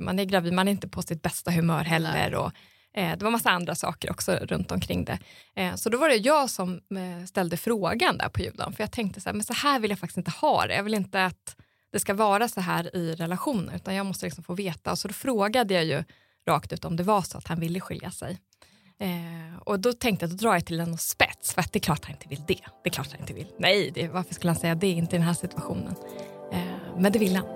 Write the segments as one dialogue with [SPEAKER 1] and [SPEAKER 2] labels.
[SPEAKER 1] man är gravid, man är inte på sitt bästa humör heller och det var massa andra saker också runt omkring det. Så då var det jag som ställde frågan där på juldagen. För jag tänkte så här, men så här vill jag faktiskt inte ha det. Jag vill inte att det ska vara så här i relationer. Utan jag måste liksom få veta. Och så då frågade jag ju rakt ut om det var så att han ville skilja sig. Och då tänkte jag, då drar jag till en spets. För att det är klart han inte vill det. Det är klart han inte vill. Nej, varför skulle han säga det? Inte i den här situationen. Men det vill han.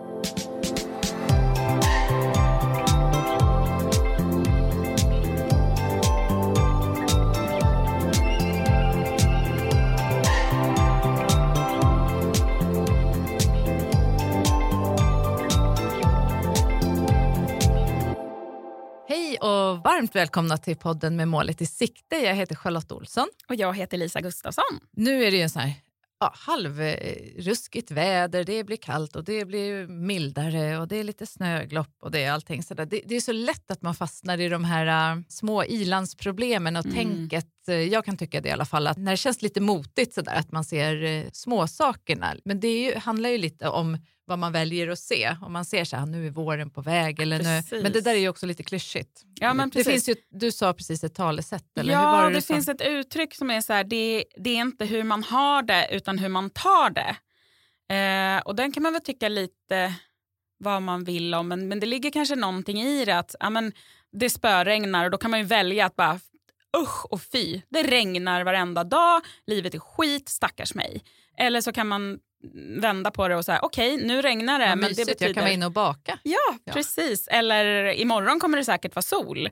[SPEAKER 2] Och varmt välkomna till podden Med målet i sikte. Jag heter Charlotte Olsson.
[SPEAKER 3] Och jag heter Lisa Gustafsson.
[SPEAKER 2] Nu är det ju en sån här halvruskigt väder. Det blir kallt och det blir mildare och det är lite snöglopp och det är allting sådär. Det är så lätt att man fastnar i de här små ilandsproblemen och tänket. Jag kan tycka det i alla fall, att när det känns lite motigt sådär, att man ser små sakerna. Men det handlar ju lite om vad man väljer att se. Om man ser så här, nu är våren på väg. Eller nu, men det där är ju också lite klyschigt.
[SPEAKER 3] Ja, men precis.
[SPEAKER 2] Det finns ju, du sa precis ett talesätt. Eller
[SPEAKER 3] ja,
[SPEAKER 2] hur var
[SPEAKER 3] det finns ett uttryck som är så här, det är inte hur man har det utan hur man tar det. Och den kan man väl tycka lite vad man vill om. Men det ligger kanske någonting i det att det spöregnar och då kan man ju välja att bara usch och fy. Det regnar varenda dag, livet är skit, stackars mig. Eller så kan man vända på det och säga okej, nu regnar det. Men det betyder... Jag
[SPEAKER 2] kan vara inne och baka.
[SPEAKER 3] Ja, precis. Eller imorgon kommer det säkert vara sol.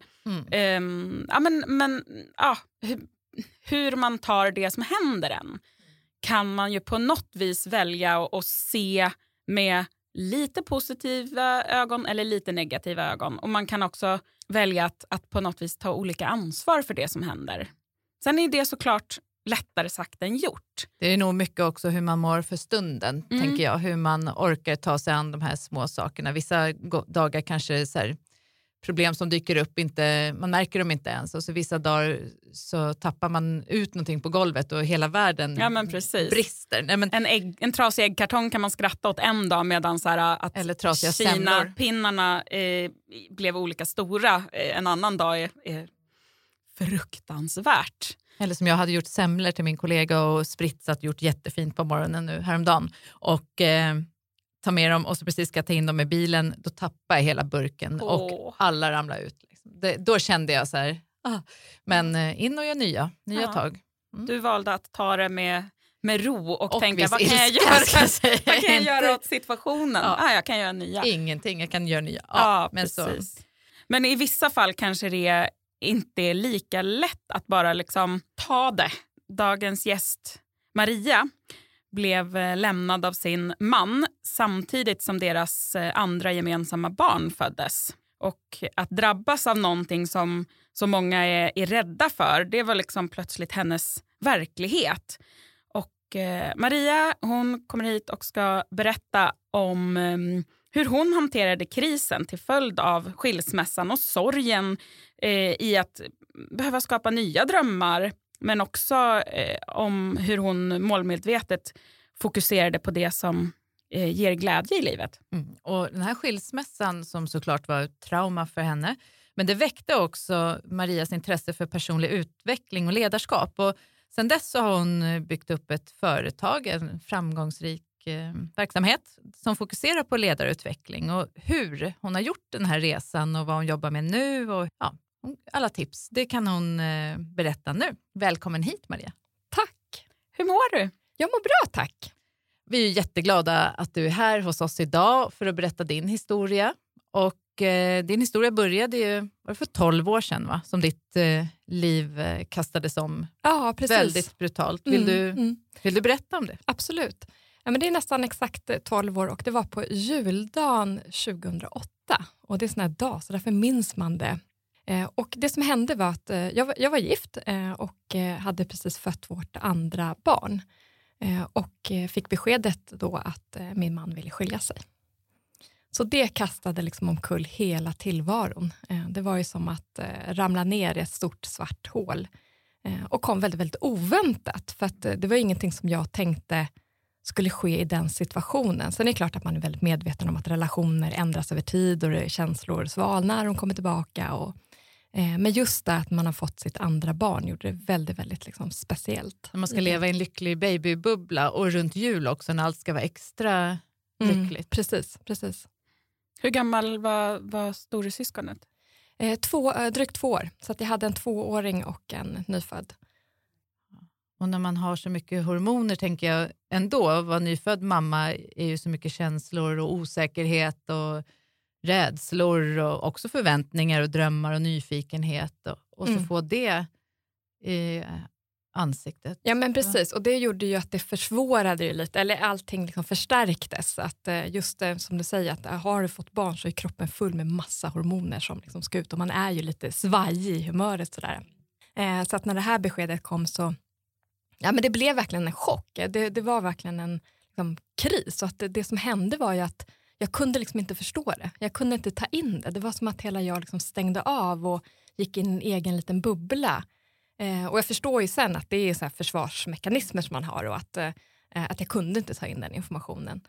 [SPEAKER 3] Hur man tar det som händer en kan man ju på något vis välja och se med lite positiva ögon eller lite negativa ögon. Och man kan också välja att på något vis ta olika ansvar för det som händer. Sen är det såklart lättare sagt än gjort.
[SPEAKER 2] Det är nog mycket också hur man mår för stunden, tänker jag. Hur man orkar ta sig an de här små sakerna. Vissa dagar kanske så här, problem som dyker upp, man märker dem inte ens. Och så vissa dagar så tappar man ut någonting på golvet och hela världen brister. Nej, men,
[SPEAKER 3] en trasig äggkartong kan man skratta åt en dag medan så här, att
[SPEAKER 2] eller trasiga semlor.
[SPEAKER 3] Pinnarna blev olika stora. En annan dag är fruktansvärt.
[SPEAKER 2] Eller som jag hade gjort semlor till min kollega och spritsat, gjort jättefint på morgonen nu häromdagen. Och ta med dem och så precis ska jag ta in dem i bilen, då tappar jag hela burken och alla ramlar ut. Liksom. Då kände jag så här, men in och gör nya tag.
[SPEAKER 3] Du valde att ta det med ro och tänka, vad kan jag göra åt situationen? Jag kan göra nya.
[SPEAKER 2] Ingenting, jag kan göra nya. Men
[SPEAKER 3] precis. Så. Men i vissa fall kanske det inte är lika lätt att bara liksom ta det. Dagens gäst Maria blev lämnad av sin man samtidigt som deras andra gemensamma barn föddes. Och att drabbas av någonting som så många är rädda för, det var liksom plötsligt hennes verklighet. Och Maria, hon kommer hit och ska berätta om hur hon hanterade krisen till följd av skilsmässan och sorgen i att behöva skapa nya drömmar. Men också om hur hon målmedvetet fokuserade på det som ger glädje i livet.
[SPEAKER 2] Och den här skilsmässan som såklart var ett trauma för henne. Men det väckte också Marias intresse för personlig utveckling och ledarskap. Och sen dess så har hon byggt upp ett företag, en framgångsrik verksamhet som fokuserar på ledarutveckling. Och hur hon har gjort den här resan och vad hon jobbar med nu och alla tips, det kan hon berätta nu. Välkommen hit, Maria.
[SPEAKER 1] Tack.
[SPEAKER 3] Hur mår du?
[SPEAKER 1] Jag mår bra, tack.
[SPEAKER 2] Vi är jätteglada att du är här hos oss idag för att berätta din historia. Och din historia började ju för 12 år sedan, va? Som ditt liv kastades om.
[SPEAKER 1] Ja, precis.
[SPEAKER 2] Väldigt brutalt. Vill du berätta om det?
[SPEAKER 1] Absolut. Ja, men det är nästan exakt 12 år och det var på juldagen 2008. Och det är sån här dag, så därför minns man det. Och det som hände var att jag var gift och hade precis fött vårt andra barn. Och fick beskedet då att min man ville skilja sig. Så det kastade liksom omkull hela tillvaron. Det var ju som att ramla ner i ett stort svart hål. Och kom väldigt, väldigt oväntat. För att det var ingenting som jag tänkte skulle ske i den situationen. Sen är det klart att man är väldigt medveten om att relationer ändras över tid och känslor svalnar när de kommer tillbaka. Men just det att man har fått sitt andra barn gjorde det väldigt, väldigt liksom speciellt.
[SPEAKER 2] Man ska leva i en lycklig babybubbla och runt jul också när allt ska vara extra lyckligt.
[SPEAKER 1] Precis.
[SPEAKER 3] Hur gammal var storasyskonet?
[SPEAKER 1] Drygt 2 år. Så att jag hade en 2-åring och en nyfödd.
[SPEAKER 2] Och när man har så mycket hormoner tänker jag ändå, vara nyfödd mamma är ju så mycket känslor och osäkerhet och rädslor och också förväntningar och drömmar och nyfikenhet och så få det i ansiktet.
[SPEAKER 1] Ja men precis, och det gjorde ju att det försvårade ju lite, eller allting liksom förstärktes. Att just som du säger, att har du fått barn så är kroppen full med massa hormoner som liksom ska ut och man är ju lite svajig i humöret sådär. Så att när det här beskedet kom så, ja men det blev verkligen en chock. Det var verkligen en liksom, kris. Så att det som hände var ju att jag kunde liksom inte förstå det. Jag kunde inte ta in det. Det var som att hela jag liksom stängde av och gick in i en egen liten bubbla. Och jag förstår ju sen att det är så här försvarsmekanismer som man har och att jag kunde inte ta in den informationen.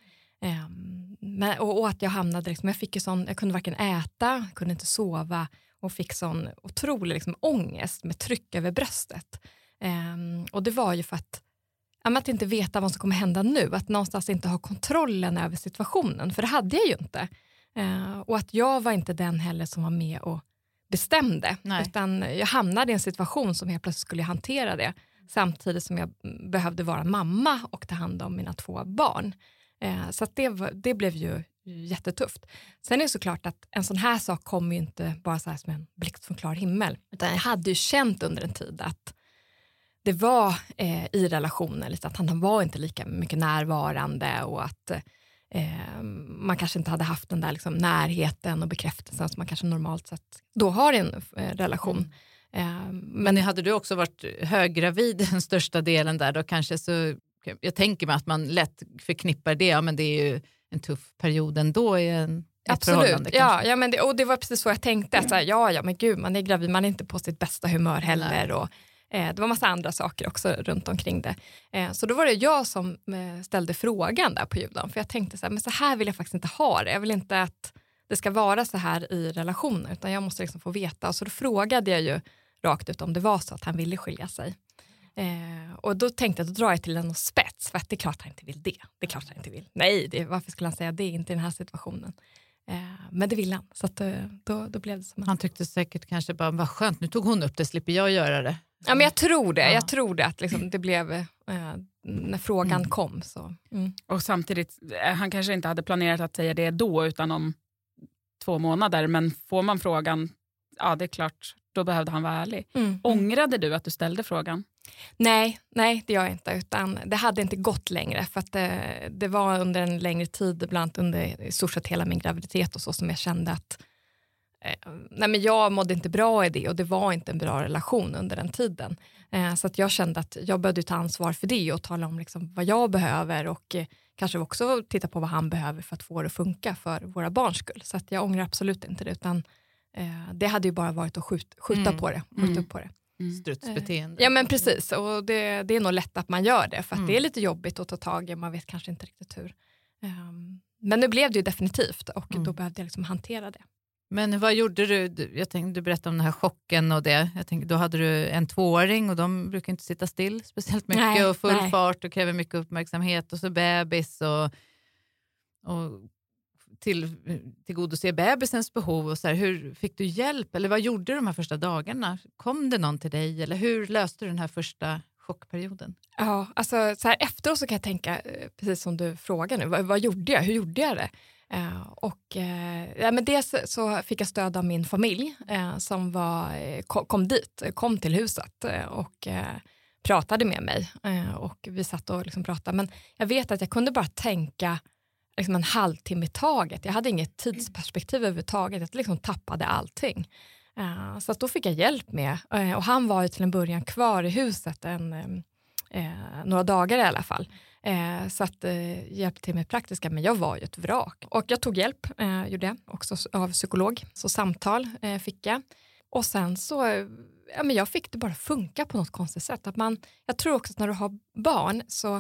[SPEAKER 1] Och att jag hamnade liksom, jag kunde varken äta, kunde inte sova och fick sån otrolig liksom ångest med tryck över bröstet. Och det var ju för att inte veta vad som kommer hända nu. Att någonstans inte ha kontrollen över situationen. För det hade jag ju inte. Och att jag var inte den heller som var med och bestämde.
[SPEAKER 2] Nej.
[SPEAKER 1] Utan jag hamnade i en situation som jag plötsligt skulle hantera det. Samtidigt som jag behövde vara mamma och ta hand om mina 2 barn. Så att det blev ju jättetufft. Sen är det såklart att en sån här sak kommer ju inte bara så här som en blixt från klar himmel. Utan jag hade ju känt under en tid att det var i relationen lite att han var inte lika mycket närvarande och att man kanske inte hade haft den där liksom närheten och bekräftelsen som man kanske normalt sett då har i en relation.
[SPEAKER 2] Men hade du också varit höggravid den största delen där då kanske så, jag tänker mig att man lätt förknippar det, ja men det är ju en tuff period ändå i ett
[SPEAKER 1] absolut, ja men det var precis så jag tänkte, att så här, ja men gud man är gravid, man är inte på sitt bästa humör heller och det var massa andra saker också runt omkring det. Så då var det jag som ställde frågan där på juldagen. För jag tänkte så här, men så här vill jag faktiskt inte ha det. Jag vill inte att det ska vara så här i relationer. Utan jag måste liksom få veta. Så då frågade jag ju rakt ut om det var så att han ville skilja sig. Och då tänkte jag, då drar jag till en spets. För att det är klart han inte vill det. Det är klart han inte vill. Nej, varför skulle han säga det? Inte i den här situationen. Men det ville han. Så att, då blev det som
[SPEAKER 2] han tyckte säkert kanske bara, vad skönt, nu tog hon upp det, slipper jag göra det.
[SPEAKER 1] Ja, men jag tror det. Ja. Jag tror det att liksom, det blev när frågan kom. Så.
[SPEAKER 3] Och samtidigt, han kanske inte hade planerat att säga det då utan om 2 månader. Men får man frågan, ja det är klart, då behövde han vara ärlig. Ångrade du att du ställde frågan?
[SPEAKER 1] Nej, det gör jag inte. Utan det hade inte gått längre. För att det var under en längre tid, bland annat under i stort sett hela min graviditet och så, som jag kände att nej men jag mådde inte bra i det och det var inte en bra relation under den tiden. Så att jag kände att jag behövde ta ansvar för det och tala om liksom vad jag behöver och kanske också titta på vad han behöver för att få det att funka för våra barns skull. Så att jag ångrar absolut inte det, utan det hade ju bara varit att skjuta på det, skjuta upp på det.
[SPEAKER 2] Strutsbeteende.
[SPEAKER 1] Ja men precis, och det är nog lätt att man gör det för att det är lite jobbigt att ta tag i, man vet kanske inte riktigt hur. Men nu blev det ju definitivt och då behövde jag liksom hantera det.
[SPEAKER 2] Men vad gjorde du? Jag tänkte, du berättade om den här chocken och det. Jag tänkte, då hade du en 2-åring och de brukar inte sitta still speciellt mycket och full fart och kräver mycket uppmärksamhet och så bebis och tillgodose bebisens behov och så här, hur fick du hjälp eller vad gjorde du de här första dagarna? Kom det någon till dig eller hur löste du den här första chockperioden?
[SPEAKER 1] Ja, alltså så här efteråt så kan jag tänka, precis som du frågar nu, vad gjorde jag? Hur gjorde jag det? Men dels så fick jag stöd av min familj som kom till huset och pratade med mig och vi satt och liksom pratade, men jag vet att jag kunde bara tänka liksom en halvtimme i taget. Jag hade inget tidsperspektiv överhuvudtaget, jag liksom tappade allting. Så att då fick jag hjälp med, och han var ju till en början kvar i huset några dagar i alla fall. Så att hjälpte till med praktiska, men jag var ju ett vrak. Och jag tog hjälp, gjorde jag också av psykolog. Så samtal fick jag. Och sen så, men jag fick det bara funka på något konstigt sätt. Jag tror också att när du har barn så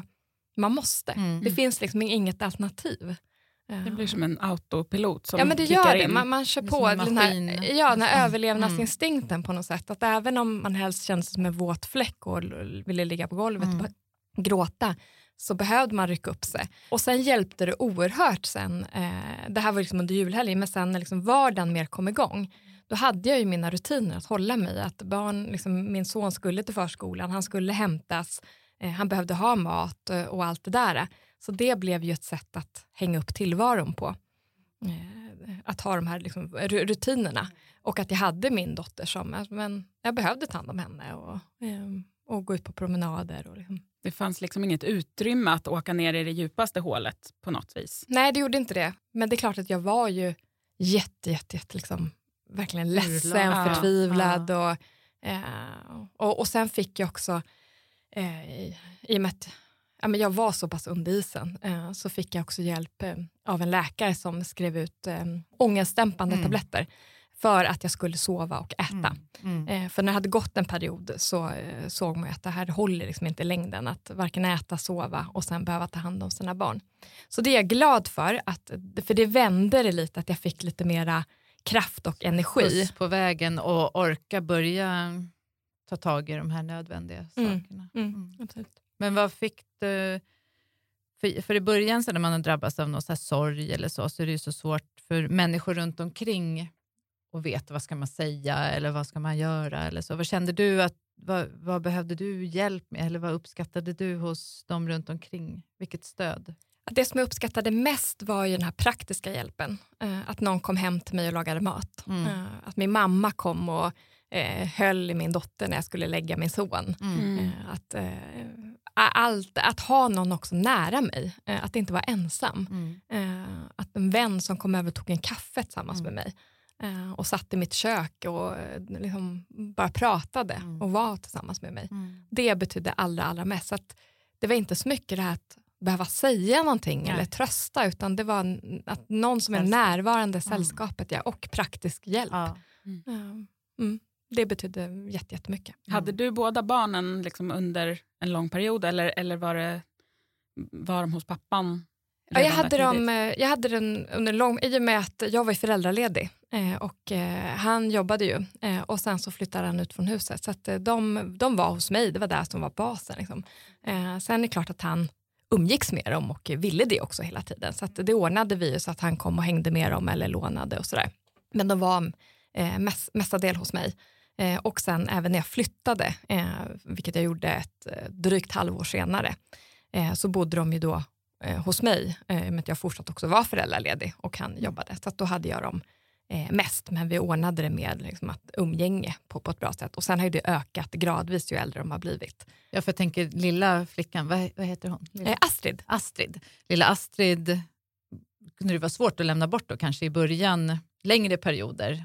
[SPEAKER 1] man måste. Det finns liksom inget alternativ.
[SPEAKER 3] Det blir som en autopilot som
[SPEAKER 1] men det
[SPEAKER 3] kickar
[SPEAKER 1] gör det.
[SPEAKER 3] in.
[SPEAKER 1] Man kör på den här överlevnadsinstinkten på något sätt. Att även om man helst känns som en våt fläck och ville ligga på golvet och bara gråta, så behövde man rycka upp sig. Och sen hjälpte det oerhört sen. Det här var liksom under julhelgen, men sen när liksom vardagen mer kom igång, då hade jag ju mina rutiner att hålla mig i. Att min son skulle till förskolan, han skulle hämtas, han behövde ha mat och allt det där. Så det blev ju ett sätt att hänga upp tillvaron på. Att ha de här liksom rutinerna. Och att jag hade min dotter men jag behövde ta hand om henne och gå ut på promenader. Och liksom.
[SPEAKER 3] Det fanns liksom inget utrymme att åka ner i det djupaste hålet på något vis.
[SPEAKER 1] Nej, det gjorde inte det. Men det är klart att jag var ju jätte liksom, verkligen ledsen, förtvivlad. Och sen fick jag också, i och med att jag var så pass under isen, så fick jag också hjälp av en läkare som skrev ut ångestdämpande tabletter för att jag skulle sova och äta. För när det hade gått en period så såg man att det här håller liksom inte i längden, att varken äta, sova och sen behöva ta hand om sina barn. Så det är jag glad för det vände det lite, att jag fick lite mera kraft och energi.
[SPEAKER 2] Puss på vägen och orka börja ta tag i de här nödvändiga sakerna.
[SPEAKER 1] Absolut.
[SPEAKER 2] Men vad fick du... För i början så när man har drabbats av någon så här sorg eller så är det ju så svårt för människor runt omkring att veta vad ska man säga eller vad ska man göra eller så. Vad kände du vad behövde du hjälp med eller vad uppskattade du hos dem runt omkring? Vilket stöd?
[SPEAKER 1] Det som jag uppskattade mest var ju den här praktiska hjälpen. Att någon kom hem till mig och lagade mat. Att min mamma kom och höll i min dotter när jag skulle lägga min son. Att ha någon också nära mig. Att inte vara ensam. Att en vän som kom över och tog en kaffe tillsammans med mig. Och satt i mitt kök och liksom bara pratade och var tillsammans med mig. Det betydde allra mest. Så att det var inte så mycket det här att behöva säga någonting eller trösta, utan det var att någon som är närvarande, sällskapet och praktisk hjälp. Det betydde jättemycket.
[SPEAKER 3] Hade du båda barnen liksom under en lång period eller var de hos pappan?
[SPEAKER 1] Ja, jag hade den under lång, i och med att jag var föräldraledig och han jobbade ju och sen så flyttade han ut från huset, så att de var hos mig, det var där som var basen liksom. Sen är det klart att han umgicks med dem och ville det också hela tiden, så att det ordnade vi så att han kom och hängde med dem eller lånade och sådär, men de var mestadels hos mig. Och sen även när jag flyttade, vilket jag gjorde ett drygt halvår senare, så bodde de ju då hos mig, med att jag fortsatt också var föräldraledig och han jobbade. Så att då hade jag dem mest, men vi ordnade det med liksom att umgänge på ett bra sätt. Och sen har ju det ökat gradvis ju äldre de har blivit.
[SPEAKER 2] Ja, för jag tänker lilla flickan, vad heter hon? Astrid. Lilla Astrid kunde det vara svårt att lämna bort då, kanske i början, längre perioder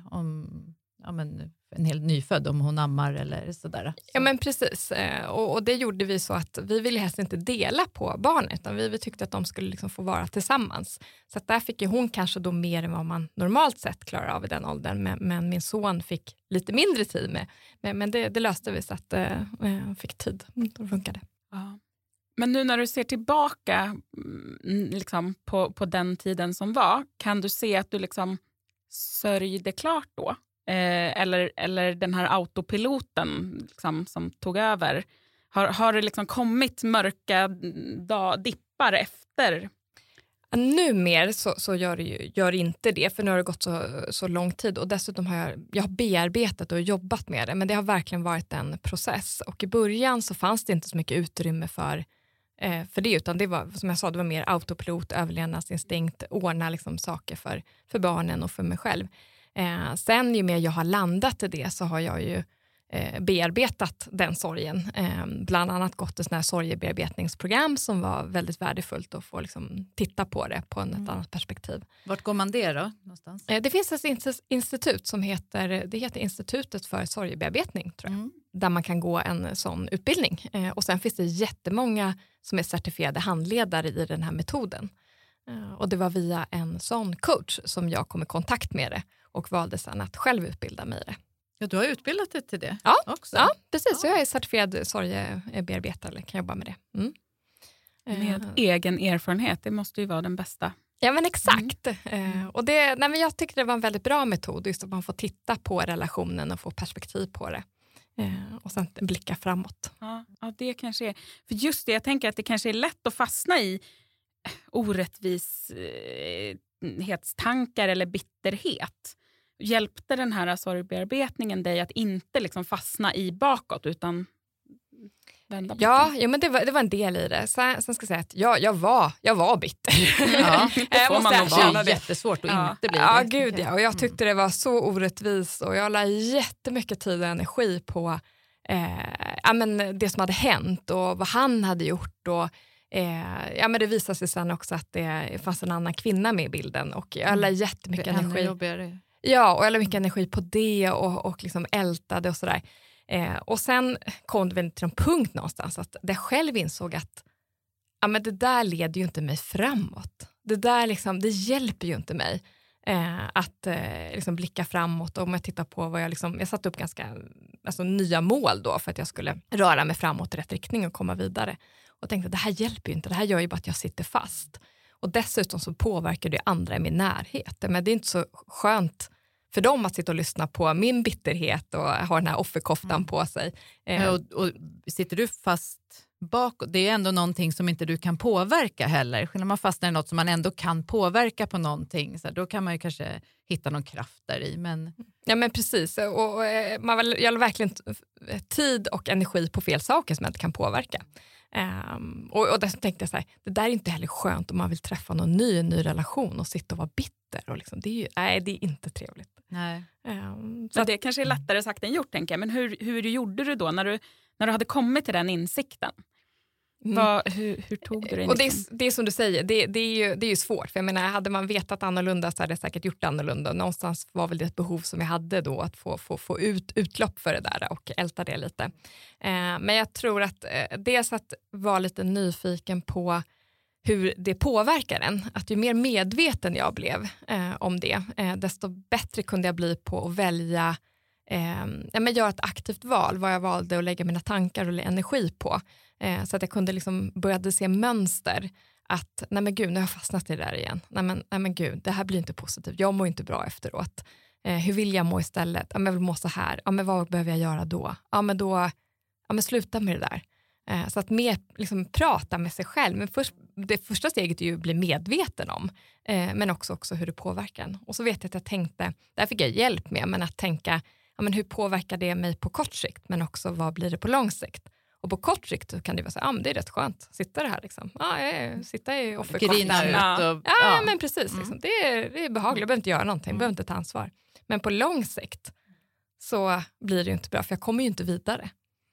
[SPEAKER 2] en helt nyfödd, om hon ammar eller sådär.
[SPEAKER 1] Ja, men precis. Och det gjorde vi så att vi ville helst inte dela på barnet, utan vi tyckte att de skulle liksom få vara tillsammans. Så att där fick ju hon kanske då mer än vad man normalt sett klarar av i den åldern, men min son fick lite mindre tid med. Men det löste vi så att fick tid. Då funkade.
[SPEAKER 3] Ja. Men nu när du ser tillbaka liksom, på den tiden som var, kan du se att du liksom sörjde klart då? Eller den här autopiloten liksom, som tog över. Har det liksom kommit mörka dippar efter?
[SPEAKER 1] Numer så gör inte det, för nu har det gått så lång tid, och dessutom har jag bearbetat och jobbat med det, men det har verkligen varit en process, och i början så fanns det inte så mycket utrymme för det, utan det var, som jag sa, det var mer autopilot, överlevnadsinstinkt, ordna liksom saker för barnen och för mig själv. Sen ju mer jag har landat i det, så har jag ju bearbetat den sorgen. Bland annat gått ett sån här sorgebearbetningsprogram som var väldigt värdefullt att få liksom titta på det på ett annat perspektiv.
[SPEAKER 2] Vart går man det då någonstans?
[SPEAKER 1] Det finns ett institut som heter Institutet för sorgebearbetning, tror jag. Där man kan gå en sån utbildning. Och sen finns det jättemånga som är certifierade handledare i den här metoden. Och det var via en sån coach som jag kom i kontakt med det och valde sedan att själv utbilda mig i det.
[SPEAKER 2] Ja, du har utbildat dig till det också?
[SPEAKER 1] Ja, precis. Så jag är certifierad sorgebearbetare, eller kan jobba med det.
[SPEAKER 3] Med egen erfarenhet, det måste ju vara den bästa.
[SPEAKER 1] Ja men exakt. Och men jag tycker det var en väldigt bra metod, just att man får titta på relationen och få perspektiv på det. Och sen blicka framåt.
[SPEAKER 3] Ja, det kanske är. För just det, jag tänker att det kanske är lätt att fastna i orättvishetstankar eller bitterhet. Hjälpte den här sorgbearbetningen dig att inte liksom fastna i bakåt utan vända blicken?
[SPEAKER 1] Ja, men det var en del i det. Sen ska jag säga att jag var bitter.
[SPEAKER 2] Ja,
[SPEAKER 3] det får man nog vara.
[SPEAKER 2] Det är jättesvårt att inte bli det.
[SPEAKER 1] Ja, gud ja. Och jag tyckte det var så orättvist och jag la jättemycket tid och energi på men det som hade hänt och vad han hade gjort. Och, men det visade sig sen också att det fanns en annan kvinna med i bilden och jag la jättemycket energi.
[SPEAKER 2] Jobbigare.
[SPEAKER 1] Ja, och jag la mycket energi på det och liksom ältade och sådär. Och sen kom det väl till en punkt någonstans att jag själv insåg att men det där leder ju inte mig framåt. Det där liksom, det hjälper ju inte mig att liksom blicka framåt. Och om jag tittar på vad jag satte upp ganska nya mål då för att jag skulle röra mig framåt i rätt riktning och komma vidare. Och tänkte att det här hjälper ju inte, det här gör ju bara att jag sitter fast. Och dessutom så påverkar det andra i min närhet. Men det är inte så skönt för dem att sitta och lyssna på min bitterhet och ha den här offerkoftan på sig.
[SPEAKER 2] Och sitter du fast bakåt, det är ändå någonting som inte du kan påverka heller. När man fastnar i något som man ändå kan påverka på någonting, så då kan man ju kanske hitta någon kraft där i. Men...
[SPEAKER 1] Ja men precis, och jag la verkligen tid och energi på fel saker som jag inte kan påverka. Och dessutom tänkte jag så här, det där är inte heller skönt om man vill träffa någon ny relation och sitta och vara bitter. Och liksom, det är inte trevligt.
[SPEAKER 2] Nej.
[SPEAKER 3] Så det kanske är lättare sagt än gjort, tänker jag. Men hur gjorde du då när du hade kommit till den insikten? Hur tog du det?
[SPEAKER 1] Och det är som du säger, det är ju svårt. För jag menar, hade man vetat annorlunda så hade jag säkert gjort annorlunda. Någonstans var väl det ett behov som jag hade då att få utlopp för det där och älta det lite. Men jag tror att dels att vara lite nyfiken på hur det påverkar en. Att ju mer medveten jag blev om det, desto bättre kunde jag bli på att välja göra ett aktivt val, vad jag valde att lägga mina tankar och energi på. Så att jag kunde liksom började se mönster att nej men gud, nu har jag fastnat i det där igen. Nej men gud, det här blir inte positivt. Jag mår inte bra efteråt. Hur vill jag må istället? Ja, men jag vill må så här. Ja, men vad behöver jag göra då? Ja, men sluta med det där. Så att mer liksom prata med sig själv. Men det första steget är ju att bli medveten om. Men också hur det påverkar en. Och så vet jag att jag tänkte, där fick jag hjälp med, men att tänka, ja, men hur påverkar det mig på kort sikt? Men också vad blir det på lång sikt? Och på kort sikt kan det vara så här, men det är rätt skönt. Sitta det här liksom. Sitta i offerkoftan.
[SPEAKER 2] Grina ut.
[SPEAKER 1] Ja, men precis. Liksom. Det är behagligt. Jag behöver inte göra någonting. Jag behöver inte ta ansvar. Men på lång sikt så blir det ju inte bra. För jag kommer ju inte vidare.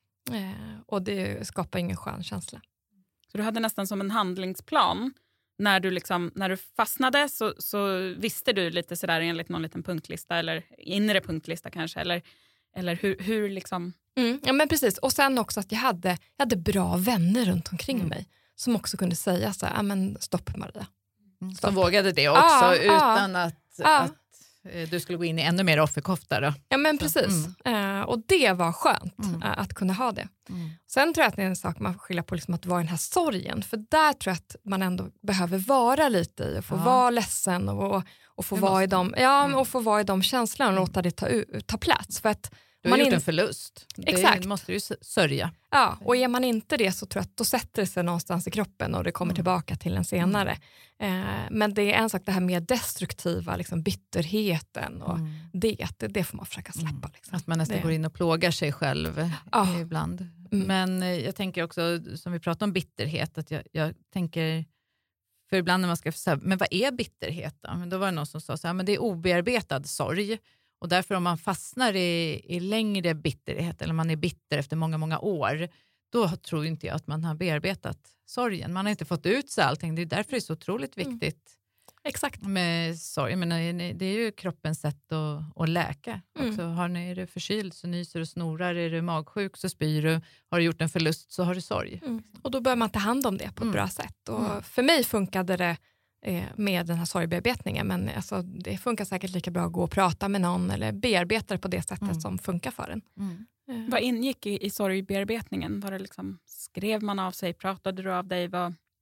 [SPEAKER 1] Och det skapar ingen skön känsla.
[SPEAKER 3] Så du hade nästan som en handlingsplan. När du fastnade så visste du lite sådär enligt någon liten punktlista. Eller inre punktlista kanske. Eller hur liksom...
[SPEAKER 1] Ja men precis, och sen också att jag hade bra vänner runt omkring mig som också kunde säga så här, men stopp Maria. Stopp.
[SPEAKER 2] Som vågade det också utan att du skulle gå in i ännu mer offerkofta då.
[SPEAKER 1] Ja men precis, och det var skönt att kunna ha det. Sen tror jag att det är en sak man skiljer på liksom att vara i den här sorgen, för där tror jag att man ändå behöver vara lite i och få vara ledsen och få vara i dem, och få vara i de känslorna och låta det ta plats, för att
[SPEAKER 2] du har gjort en förlust.
[SPEAKER 1] Exakt.
[SPEAKER 2] Det måste du sörja.
[SPEAKER 1] Ja, och är man inte det så tror jag att då sätter det sig någonstans i kroppen och det kommer tillbaka till en senare. Men det är en sak, det här mer destruktiva, liksom bitterheten och det får man försöka släppa. Liksom.
[SPEAKER 2] Att man nästan går in och plågar sig själv ibland. Men jag tänker också, som vi pratar om bitterhet, att jag tänker, för ibland när man ska säga, men vad är bitterhet då? Men då var det någon som sa så här, men det är obearbetad sorg. Och därför om man fastnar i längre bitterhet eller man är bitter efter många, många år, då tror inte jag att man har bearbetat sorgen. Man har inte fått ut sig allting. Det är därför det är så otroligt viktigt
[SPEAKER 1] Exakt.
[SPEAKER 2] med sorg. Men det är ju kroppens sätt att läka. Också, är du förkyld så nyser du och snorar. Är du magsjuk så spyr du. Har du gjort en förlust så har du sorg.
[SPEAKER 1] Och då bör man ta hand om det på ett bra sätt. Och för mig funkade det med den här sorgbearbetningen, men alltså, det funkar säkert lika bra att gå och prata med någon eller bearbeta det på det sättet som funkar för en.
[SPEAKER 3] Vad ingick i sorgbearbetningen? Var det liksom, skrev man av sig? Pratade du av dig?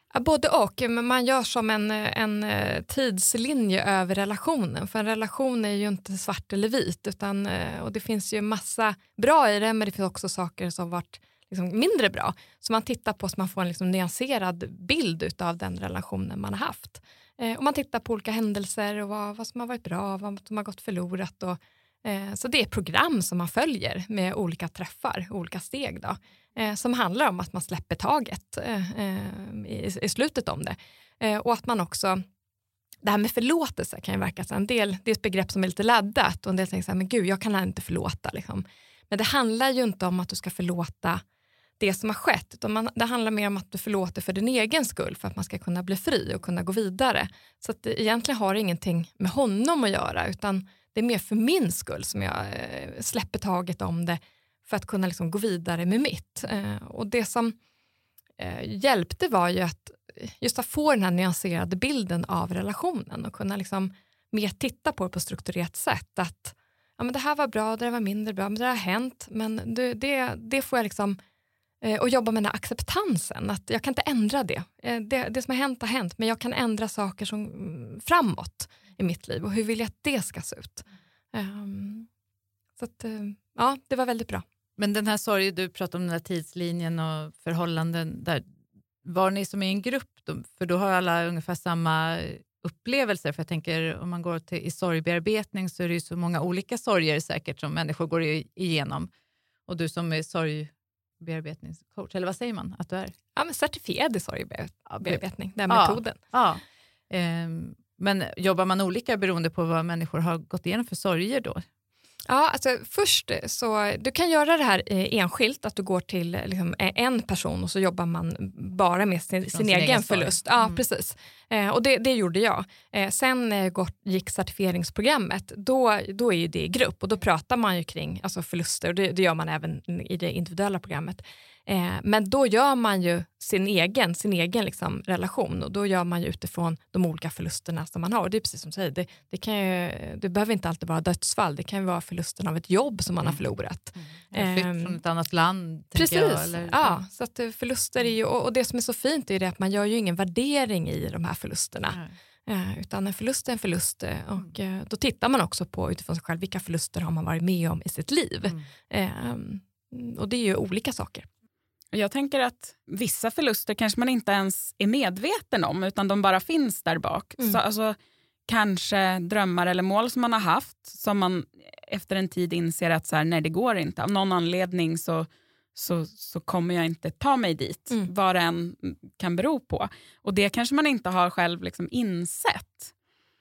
[SPEAKER 1] Ja, både och. Man gör som en tidslinje över relationen. För en relation är ju inte svart eller vit. Och det finns ju massa bra i det, men det finns också saker som varit liksom mindre bra. Så man tittar på så man får en liksom nyanserad bild av den relationen man har haft. Och man tittar på olika händelser och vad som har varit bra, vad som har gått förlorat. Så det är ett program som man följer med olika träffar, olika steg då. Som handlar om att man släpper taget i slutet om det. Och att man också, det här med förlåtelse kan ju verka så en del, det är ett begrepp som är lite laddat och en del tänker så här, men gud, jag kan inte förlåta liksom. Men det handlar ju inte om att du ska förlåta det som har skett, utan det handlar mer om att du förlåter för din egen skull, för att man ska kunna bli fri och kunna gå vidare. Så att det egentligen har ingenting med honom att göra, utan det är mer för min skull som jag släpper taget om det, för att kunna liksom gå vidare med mitt. Och det som hjälpte var ju att få den här nyanserade bilden av relationen och kunna liksom mer titta på det på strukturerat sätt. Att ja, men det här var bra, det var mindre bra, men det har hänt. Men det får jag liksom och jobba med den här acceptansen. Att jag kan inte ändra det. Det som har hänt, men jag kan ändra saker som framåt i mitt liv. Och hur vill jag att det ska se ut? Så att, ja, det var väldigt bra.
[SPEAKER 2] Men den här sorgen, du pratar om den här tidslinjen och förhållanden där. Var ni som i en grupp då? För då har alla ungefär samma upplevelser. För jag tänker, om man går i sorgbearbetning så är det ju så många olika sorger säkert som människor går igenom. Och du som är sorgbearbetningscoach, eller vad säger man att du är?
[SPEAKER 1] Ja, men certifierad i sorgbearbetning, den metoden.
[SPEAKER 2] Ja. Men jobbar man olika beroende på vad människor har gått igenom för sorger då?
[SPEAKER 1] Ja, alltså först så du kan göra det här enskilt, att du går till liksom en person och så jobbar man bara med sin egen förlust. Ja, precis. Och det gjorde jag. Sen gick certifieringsprogrammet, då är ju det i grupp och då pratar man ju kring alltså förluster, och det gör man även i det individuella programmet. Men då gör man ju sin egen liksom relation, och då gör man ju utifrån de olika förlusterna som man har. Och det är precis som du säger, det behöver inte alltid vara dödsfall, det kan ju vara förlusten av ett jobb som man har förlorat.
[SPEAKER 2] Flytt från ett annat land.
[SPEAKER 1] Precis,
[SPEAKER 2] jag, eller?
[SPEAKER 1] Ja. Så att förluster är ju, och det som är så fint är det att man gör ju ingen värdering i de här förlusterna. Utan en förlust är en förlust, och då tittar man också på utifrån sig själv, vilka förluster har man varit med om i sitt liv. Och det är ju olika saker.
[SPEAKER 3] Jag tänker att vissa förluster kanske man inte ens är medveten om, utan de bara finns där bak. Så, alltså, kanske drömmar eller mål som man har haft, som man efter en tid inser att så här, nej, det går inte. Av någon anledning så kommer jag inte ta mig dit, vad det än kan bero på. Och det kanske man inte har själv liksom insett.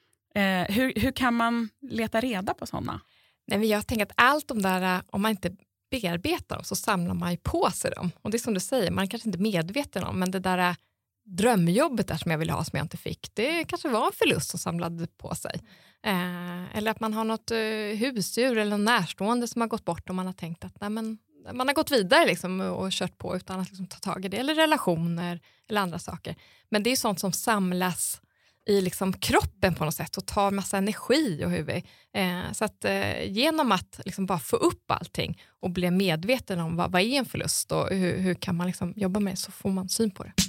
[SPEAKER 3] Hur kan man leta reda på sådana?
[SPEAKER 1] Nej, men jag tänker att allt de där, om man inte bearbetar dem så samlar man ju på sig dem. Och det är som du säger, man är kanske inte medveten om, men det där drömjobbet där som jag ville ha som jag inte fick, det kanske var en förlust som samlade på sig. Eller att man har något husdjur eller någon närstående som har gått bort och man har tänkt att nej, men man har gått vidare liksom och kört på utan att liksom ta tag i det. Eller relationer eller andra saker. Men det är sånt som samlas i liksom kroppen på något sätt och tar massa energi och huvud. Så att genom att liksom bara få upp allting och bli medveten om vad är en förlust och hur kan man liksom jobba med det, så får man syn på det.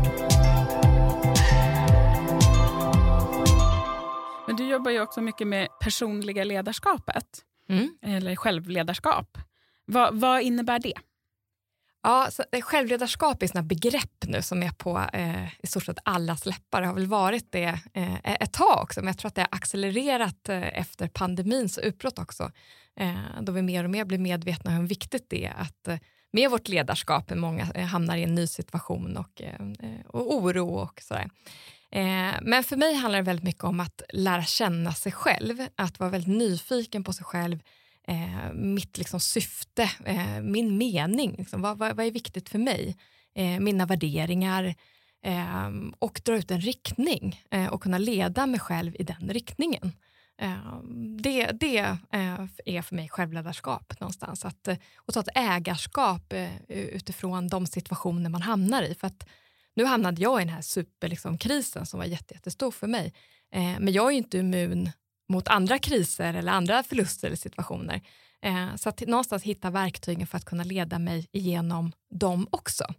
[SPEAKER 3] Men du jobbar ju också mycket med personliga ledarskapet. Eller självledarskap. Vad innebär det?
[SPEAKER 1] Ja, så självledarskap är sådana begrepp nu som är på i stort sett allas läppar. Det har väl varit det ett tag också, men jag tror att det har accelererat efter pandemins utbrott också. Då vi mer och mer blir medvetna om hur viktigt det är att med vårt ledarskap, många hamnar i en ny situation och oro och sådär. Men för mig handlar det väldigt mycket om att lära känna sig själv, att vara väldigt nyfiken på sig själv. Mitt liksom syfte, min mening, liksom, vad är viktigt för mig, mina värderingar, och dra ut en riktning och kunna leda mig själv i den riktningen. Det är för mig självledarskap någonstans, och ta ett ägarskap utifrån de situationer man hamnar i, för att nu hamnade jag i den här superkrisen som var jättestor för mig, men jag är ju inte immun mot andra kriser eller andra förluster eller situationer. Så att någonstans hitta verktygen för att kunna leda mig igenom dem också.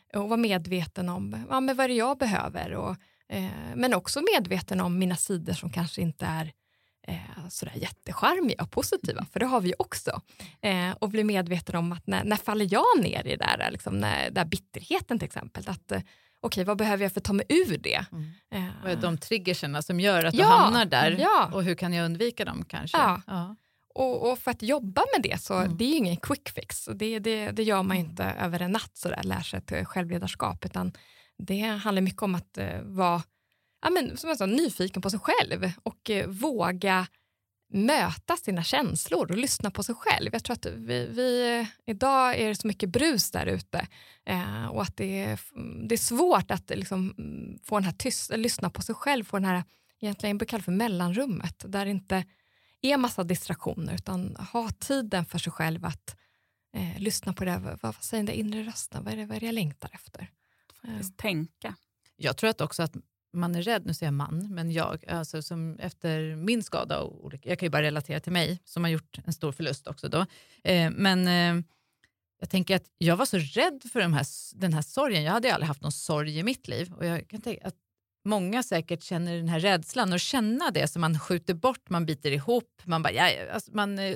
[SPEAKER 1] och vara medveten om men vad är det jag behöver. Och, men också medveten om mina sidor som kanske inte är sådär jättecharmiga och positiva, för det har vi ju också. Och bli medveten om att när faller jag ner i det där, liksom, där bitterheten till exempel, att okej, vad behöver jag för att ta mig ur det?
[SPEAKER 2] Vad är de triggerserna som gör att du hamnar där?
[SPEAKER 1] Ja.
[SPEAKER 2] Och hur kan jag undvika dem kanske?
[SPEAKER 1] Ja. Och för att jobba med det så det är ju ingen quick fix. Det gör man inte över en natt så där, lär sig ett självledarskap, utan det handlar mycket om att vara som jag sa, nyfiken på sig själv och våga möta sina känslor och lyssna på sig själv. Jag tror att vi idag är det så mycket brus där ute och att det är svårt att liksom få den här lyssna på sig själv, få den här, egentligen jag brukar kalla för mellanrummet, där det inte är massa distraktioner, utan ha tiden för sig själv att lyssna på det. Vad säger den där inre rösten? Vad är det jag längtar efter?
[SPEAKER 3] Tänka.
[SPEAKER 2] Jag tror att också att man är rädd, nu säger jag man, men jag, alltså som efter min skada, och jag kan ju bara relatera till mig som har gjort en stor förlust också då. Men jag tänker att jag var så rädd för den här sorgen. Jag hade ju aldrig haft någon sorg i mitt liv, och jag kan tänka att många säkert känner den här rädslan och känna det som man skjuter bort, man biter ihop, man bara, alltså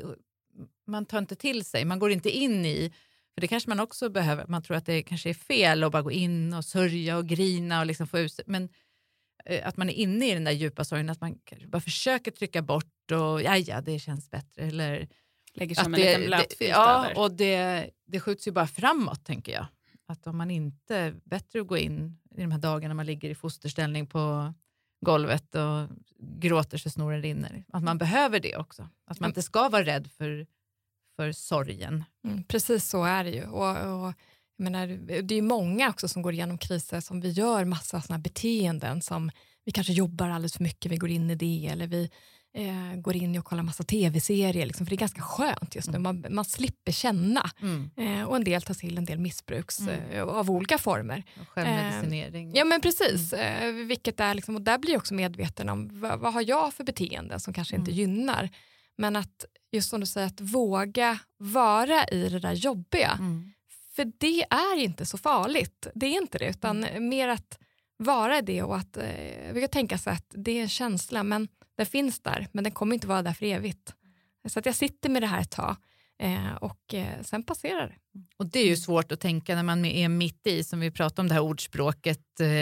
[SPEAKER 2] man tar inte till sig, man går inte in i, för det kanske man också behöver, man tror att det kanske är fel att bara gå in och sörja och grina och liksom få ut, men att man är inne i den där djupa sorgen, att man bara försöker trycka bort och det känns bättre, eller
[SPEAKER 3] lägger som en liten blötfilt över.
[SPEAKER 2] Och det skjuts ju bara framåt, tänker jag. Att om man inte bättre att gå in i de här dagarna man ligger i fosterställning på golvet och gråter så snoren rinner. Att man behöver det också. Att man inte ska vara rädd för sorgen.
[SPEAKER 1] Precis så är det ju. Och jag menar, det är många också som går igenom kriser, som vi gör massa såna beteenden som vi kanske jobbar alldeles för mycket, vi går in i det, eller vi går in och kollar massa tv-serier liksom, för det är ganska skönt just nu, man slipper känna och en del tar till en del missbruks av olika former.
[SPEAKER 2] Och självmedicinering.
[SPEAKER 1] Ja, men precis, vilket är liksom, och där blir jag också medveten om vad har jag för beteenden som kanske inte gynnar, men att just som du säger, att våga vara i det där jobbiga, för det är inte så farligt, det är inte det, utan mer att vara i det, och att vi kan tänka sig att det är en känsla, men den finns där, men den kommer inte vara där för evigt. Så att jag sitter med det här ett tag och sen passerar det.
[SPEAKER 2] Och det är ju svårt att tänka när man är mitt i, som vi pratade om det här ordspråket,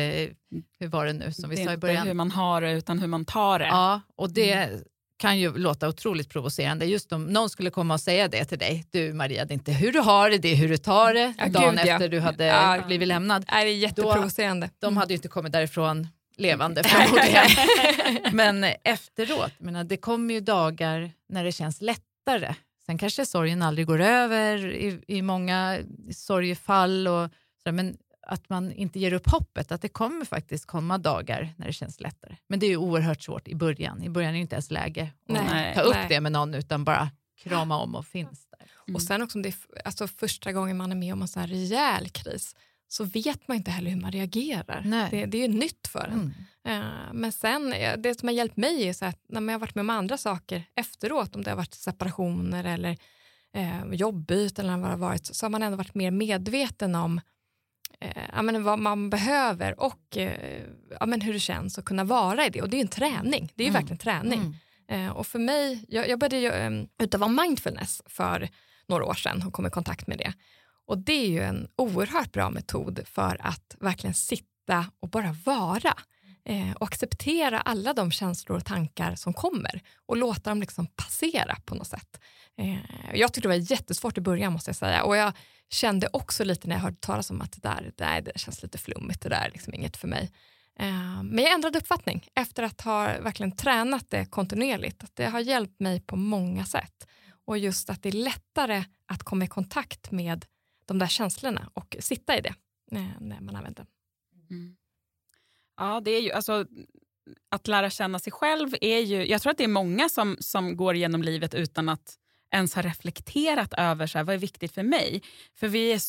[SPEAKER 2] hur var det nu som vi sa i början?
[SPEAKER 3] Det är inte hur man har det, utan hur man tar det.
[SPEAKER 2] Ja, och det kan ju låta otroligt provocerande. Just om någon skulle komma och säga det till dig. Du Maria, det är inte hur du har det, det är hur du tar det. Dagen efter du hade blivit lämnad.
[SPEAKER 1] Det är jätteprovocerande.
[SPEAKER 2] De hade ju inte kommit därifrån levande förmodligen. Men efteråt, det kommer ju dagar när det känns lättare. Sen kanske sorgen aldrig går över i många sorgefall. Men att man inte ger upp hoppet, att det kommer faktiskt komma dagar när det känns lättare. Men det är ju oerhört svårt i början. I början är det inte ens läge att ta upp det med någon, utan bara krama om och finns där.
[SPEAKER 1] Och sen också om det är alltså första gången man är med om en sån här rejäl kris, så vet man inte heller hur man reagerar. Det är ju nytt för en. Men sen, det som har hjälpt mig är så att när man har varit med om andra saker efteråt, om det har varit separationer eller jobbyten eller vad det har varit, så har man ändå varit mer medveten om vad man behöver och hur det känns att kunna vara i det. Och det är ju en träning. Det är ju verkligen träning. Och för mig, jag började utöva mindfulness för några år sedan och kom i kontakt med det. Och det är ju en oerhört bra metod för att verkligen sitta och bara vara. Och acceptera alla de känslor och tankar som kommer. Och låta dem liksom passera på något sätt. Jag tyckte det var jättesvårt i början, måste jag säga. Och jag kände också lite när jag hörde talas om att det känns lite flummigt. Det där är liksom inget för mig. Men jag ändrade uppfattning efter att ha verkligen tränat det kontinuerligt. Att det har hjälpt mig på många sätt. Och just att det är lättare att komma i kontakt med de där känslorna och sitta i det när man använder den.
[SPEAKER 3] Ja, det är ju alltså att lära känna sig själv är ju, jag tror att det är många som går genom livet utan att ens ha reflekterat över så här, vad är viktigt för mig. För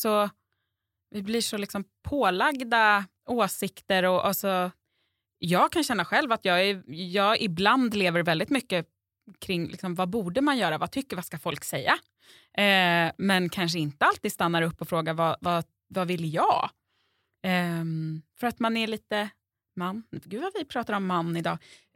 [SPEAKER 3] vi blir så liksom pålagda åsikter och alltså, jag kan känna själv att jag ibland lever väldigt mycket kring liksom, vad borde man göra, vad ska folk säga? Men kanske inte alltid stannar upp och frågar vad vill jag? För att man är lite man. Gud vad vi pratar om man idag.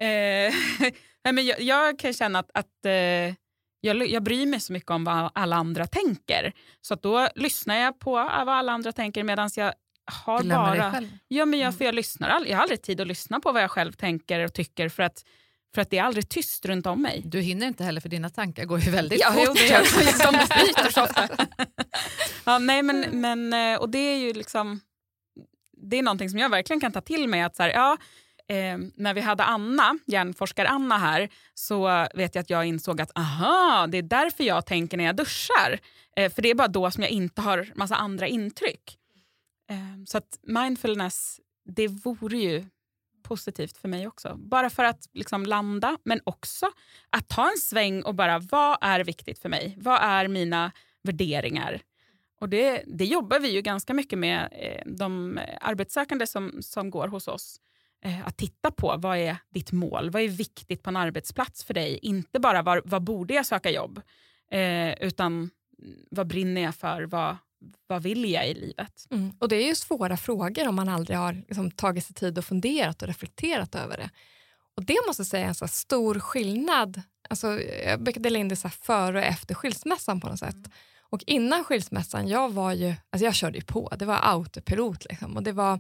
[SPEAKER 3] Nej, men jag kan känna att jag bryr mig så mycket om vad alla andra tänker. Så att då lyssnar jag på vad alla andra tänker medan jag har bara... Ja, men jag lyssnar. Jag har aldrig tid att lyssna på vad jag själv tänker och tycker för att det är aldrig tyst runt om mig.
[SPEAKER 2] Du hinner inte heller för dina tankar går ju väldigt fort.
[SPEAKER 3] De byter så ofta. Ja, nej, men och det är ju liksom... Det är någonting som jag verkligen kan ta till mig. Att så här, när vi hade Anna, hjärnforskare Anna här, så vet jag att jag insåg att det är därför jag tänker när jag duschar. För det är bara då som jag inte har massa andra intryck. Så att mindfulness, det vore ju positivt för mig också. Bara för att liksom landa, men också att ta en sväng och bara, vad är viktigt för mig? Vad är mina värderingar? Och det jobbar vi ju ganska mycket med de arbetssökande som går hos oss. Att titta på, vad är ditt mål? Vad är viktigt på en arbetsplats för dig? Inte bara var borde jag söka jobb? Utan vad brinner jag för? Vad vill jag i livet?
[SPEAKER 1] Och det är ju svåra frågor om man aldrig har liksom tagit sig tid och funderat och reflekterat över det. Och det måste jag säga är en så stor skillnad. Alltså, jag brukar dela in det så här före och efter skilsmässan på något sätt. Och innan skilsmässan, jag körde ju på. Det var autopilot liksom. Och det var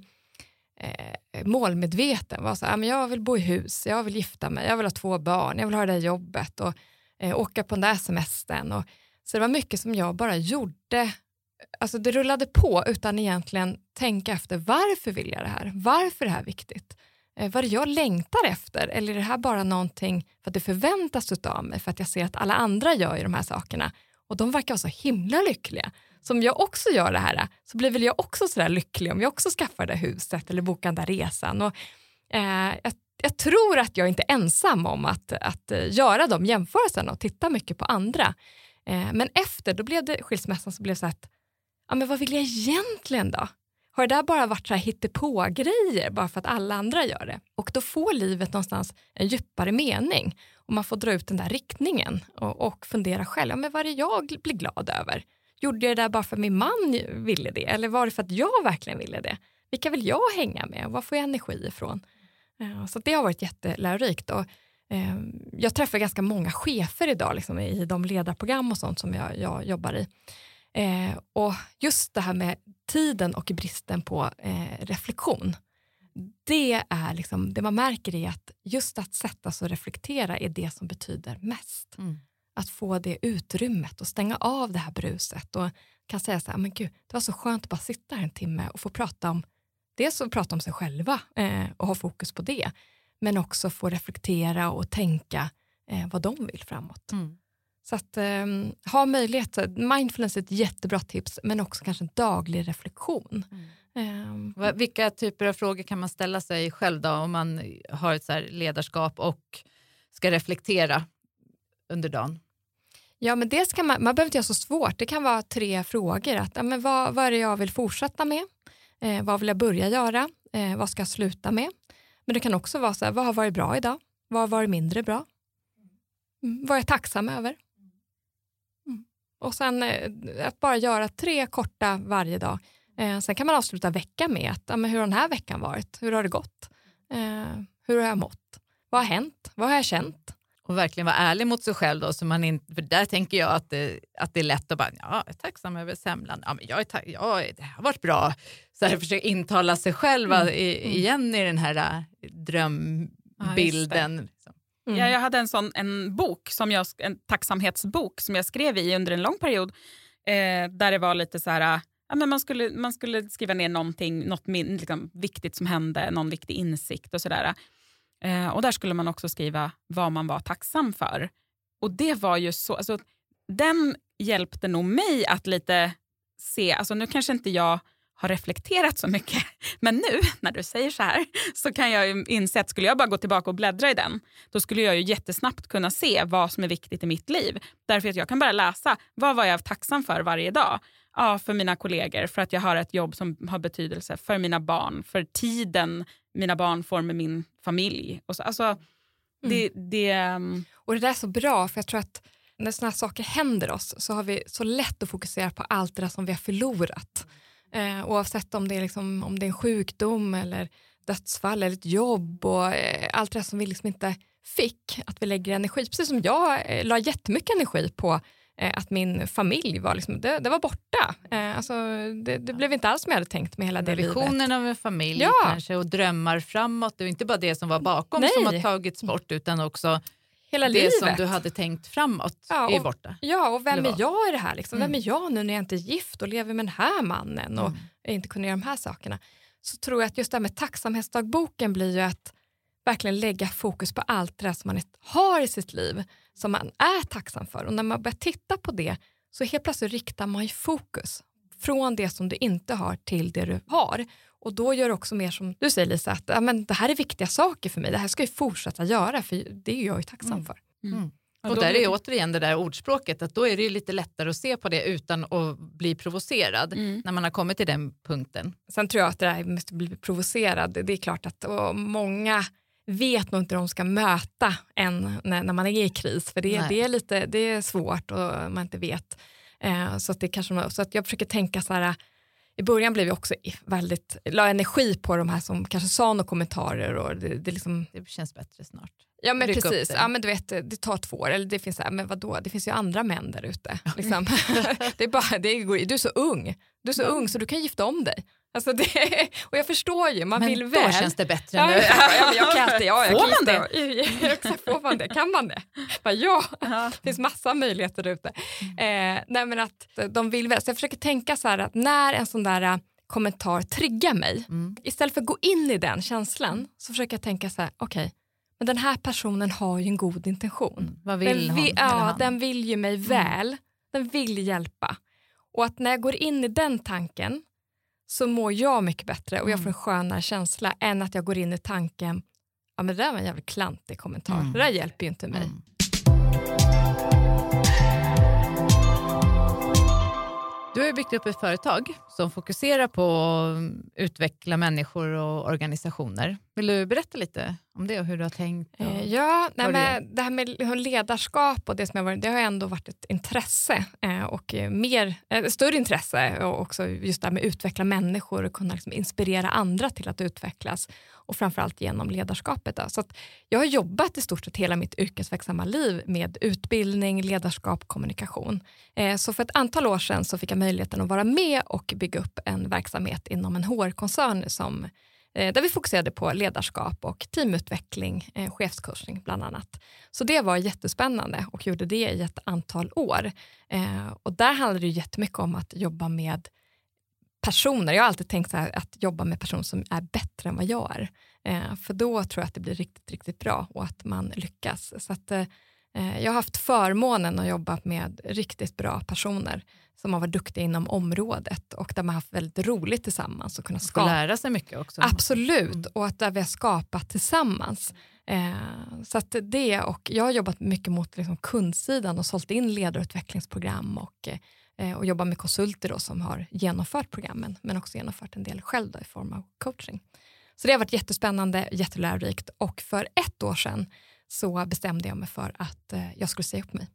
[SPEAKER 1] målmedveten. Var så här, men jag vill bo i hus, jag vill gifta mig, jag vill ha 2 barn, jag vill ha det där jobbet och åka på den där semestern. Och, så det var mycket som jag bara gjorde. Alltså det rullade på utan egentligen tänka efter varför vill jag det här? Varför är det här viktigt? Vad är det jag längtar efter? Eller är det här bara någonting för att det förväntas av mig? För att jag ser att alla andra gör ju de här sakerna. Och de verkar vara så himla lyckliga. Så om jag också gör det här så blir väl jag också så där lycklig om jag också skaffar det huset eller bokar den där resan. Och, jag tror att jag inte är ensam om att göra de jämförelserna och titta mycket på andra. Men efter, då blev det skilsmässan så blev det så att men vad vill jag egentligen då? Har det där bara varit så här hittepå-grejer bara för att alla andra gör det? Och då får livet någonstans en djupare mening. Och man får dra ut den där riktningen och fundera själv. Men vad är det jag blir glad över? Gjorde jag det där bara för att min man ville det? Eller var det för att jag verkligen ville det? Vilka vill jag hänga med? Och var får jag energi ifrån? Så det har varit jättelärorikt. Och jag träffar ganska många chefer idag liksom, i de ledarprogram och sånt som jag jobbar i. Och just det här med tiden och bristen på reflektion, det är liksom, det man märker är att just att sätta sig och reflektera är det som betyder mest. Att få det utrymmet och stänga av det här bruset och kan säga så här, men gud, det var så skönt att bara sitta här en timme och få prata om dels att prata om sig själva och ha fokus på det, men också få reflektera och tänka vad de vill framåt. Så att ha möjlighet, mindfulness är ett jättebra tips, men också kanske en daglig reflektion.
[SPEAKER 2] Vilka typer av frågor kan man ställa sig själv då om man har ett så här ledarskap och ska reflektera under dagen?
[SPEAKER 1] Ja, men dels kan man behöver inte göra så svårt. Det kan vara 3 frågor. Att, men vad är det jag vill fortsätta med? Vad vill jag börja göra? Vad ska jag sluta med? Men det kan också vara så här, vad har varit bra idag? Vad har varit mindre bra? Vad är jag tacksam över? Och sen att bara göra 3 korta varje dag. Sen kan man avsluta veckan med att, men hur har den här veckan varit? Hur har det gått? Hur har jag mått? Vad har hänt? Vad har jag känt?
[SPEAKER 2] Och verkligen vara ärlig mot sig själv då, så man inte, för där tänker jag att det är lätt att bara, jag är tacksam över semlan. Ja, men det har varit bra. Så här försöka intala sig själv igen i den här drömbilden.
[SPEAKER 3] Ja, jag hade en bok, en tacksamhetsbok som jag skrev i under en lång period. Där det var lite så här, men man skulle skriva ner något liksom, viktigt som hände, någon viktig insikt och sådär. Och där skulle man också skriva vad man var tacksam för. Och det var ju så, alltså, den hjälpte nog mig att lite se, alltså nu kanske inte jag har reflekterat så mycket, men nu när du säger så här så kan jag ju inse att skulle jag bara gå tillbaka och bläddra i den, då skulle jag ju jättesnabbt kunna se vad som är viktigt i mitt liv. Därför att jag kan bara läsa, vad var jag tacksam för varje dag? Ja, för mina kollegor, för att jag har ett jobb som har betydelse, för mina barn, för tiden mina barn får med min familj. Och så, alltså, Och det där är så bra, för jag tror att när såna här saker händer oss så har vi så lätt att fokusera på allt det där som vi har förlorat.
[SPEAKER 1] Oavsett om det är liksom, om det är en sjukdom eller dödsfall eller ett jobb och allt det som vi liksom inte fick, att vi lägger energi. Precis som jag la jättemycket energi på att min familj var liksom, det var borta. Alltså, det blev inte alls som jag hade tänkt med hela det livet.
[SPEAKER 2] Visionen av en familj kanske och drömmar framåt. Det är inte bara det som var bakom som har tagits bort utan också
[SPEAKER 1] hela
[SPEAKER 2] det
[SPEAKER 1] livet.
[SPEAKER 2] som du hade tänkt framåt är borta.
[SPEAKER 1] Ja, och vem är jag i det här? Liksom? Vem är jag nu när jag inte är gift och lever med den här mannen och inte kunde göra de här sakerna? Så tror jag att just det här med tacksamhetsdagboken blir ju att verkligen lägga fokus på allt det som man har i sitt liv som man är tacksam för. Och när man börjar titta på det så helt plötsligt riktar man ju fokus från det som du inte har till det du har. Och då gör det också mer som du säger, Lisa, att men det här är viktiga saker för mig. Det här ska jag fortsätta göra för det är jag ju tacksam för.
[SPEAKER 2] Och där är återigen det där ordspråket att då är det ju lite lättare att se på det utan att bli provocerad när man har kommit till den punkten.
[SPEAKER 1] Sen tror jag att det där måste bli provocerad. Det är klart att många vet nog inte hur de ska möta en när man är i kris. För det är svårt och man inte vet. Så att det kanske, så att jag försöker tänka så här. I början blev jag också la energi på de här som kanske sa några kommentarer. Och det liksom,
[SPEAKER 2] det känns bättre snart.
[SPEAKER 1] Ja men precis, ja, men du vet, det tar 2 år. Eller det finns så här, men vadå? Det finns ju andra män där ute. Liksom. Du är så ung. Du är så ung så du kan gifta om dig. Alltså och jag förstår ju, man vill väl.
[SPEAKER 2] Men då känns det bättre nu.
[SPEAKER 1] Får man det? Kan man det? Det finns massa möjligheter där ute. Nej men att de vill väl. Så jag försöker tänka så här att när en sån där kommentar triggar mig, istället för att gå in i den känslan så försöker jag tänka så här, okej, men den här personen har ju en god intention.
[SPEAKER 2] Vad vill hon?
[SPEAKER 1] Den vill ju mig väl. Den vill hjälpa. Och att när jag går in i den tanken så mår jag mycket bättre och jag får en skönare känsla än att jag går in i tanken, ja men det där var en jävligt klantig kommentar. Det där hjälper ju inte mig.
[SPEAKER 2] Du har ju byggt upp ett företag som fokuserar på att utveckla människor och organisationer. Vill du berätta lite om det och hur du har tänkt?
[SPEAKER 1] Det här med ledarskap och det som det har ändå varit ett intresse och större intresse och också just det här med att utveckla människor och kunna liksom inspirera andra till att utvecklas och framförallt genom ledarskapet. Så att jag har jobbat i stort sett hela mitt yrkesverksamma liv med utbildning, ledarskap, kommunikation. Så för ett antal år sedan så fick jag möjligheten att vara med och bygga upp en verksamhet inom en HR-koncern där vi fokuserade på ledarskap och teamutveckling, chefscoaching bland annat. Så det var jättespännande och gjorde det i ett antal år. Och där handlade det jättemycket om att jobba med personer. Jag har alltid tänkt så här, att jobba med personer som är bättre än vad jag är. För då tror jag att det blir riktigt, riktigt bra och att man lyckas. Så att jag har haft förmånen att jobba med riktigt bra personer som har varit duktiga inom området och där man har haft väldigt roligt tillsammans och kunna skapa.
[SPEAKER 2] Lära sig mycket också.
[SPEAKER 1] Absolut, och att där vi har skapat tillsammans. Så att det, och jag har jobbat mycket mot liksom kundsidan och sålt in ledarutvecklingsprogram och jobbat med konsulter då som har genomfört programmen men också genomfört en del själv då i form av coaching. Så det har varit jättespännande, jättelärorikt och för 1 år sedan så bestämde jag mig för att jag skulle säga upp mig.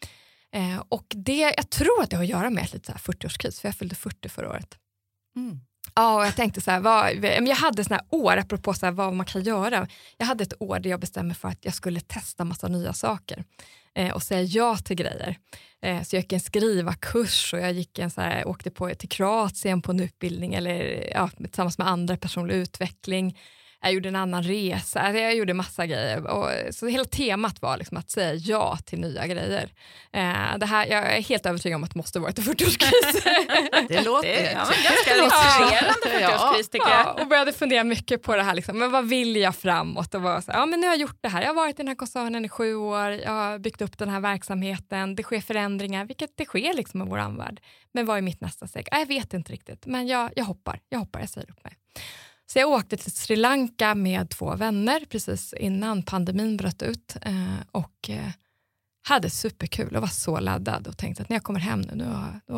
[SPEAKER 1] Och jag tror att det har att göra med lite så här 40-årskris, för jag fyllde 40 förra året. Ja, och jag tänkte så här, jag hade såna här år, apropå så här, vad man kan göra. Jag hade ett år där jag bestämde för att jag skulle testa massa nya saker och säga ja till grejer. Så jag gick en skrivarkurs och jag åkte till Kroatien på en utbildning tillsammans med andra personlig utveckling. Jag gjorde en annan resa, jag gjorde massa grejer. Så hela temat var liksom att säga ja till nya grejer. Jag är helt övertygad om att det måste vara ett 40-årskris.
[SPEAKER 2] Det låter
[SPEAKER 3] ganska inspirerande 40-årskris tycker jag.
[SPEAKER 1] Och började fundera mycket på det här. Liksom, men vad vill jag framåt? Och var så här, men nu har jag gjort det här. Jag har varit i den här koncernen i 7 år. Jag har byggt upp den här verksamheten. Det sker förändringar, vilket det sker liksom i vår omvärld. Men vad är mitt nästa steg? Jag vet inte riktigt. Men jag hoppar, jag säger upp mig. Så jag åkte till Sri Lanka med 2 vänner precis innan pandemin bröt ut och hade superkul och var så laddad och tänkte att när jag kommer hem nu,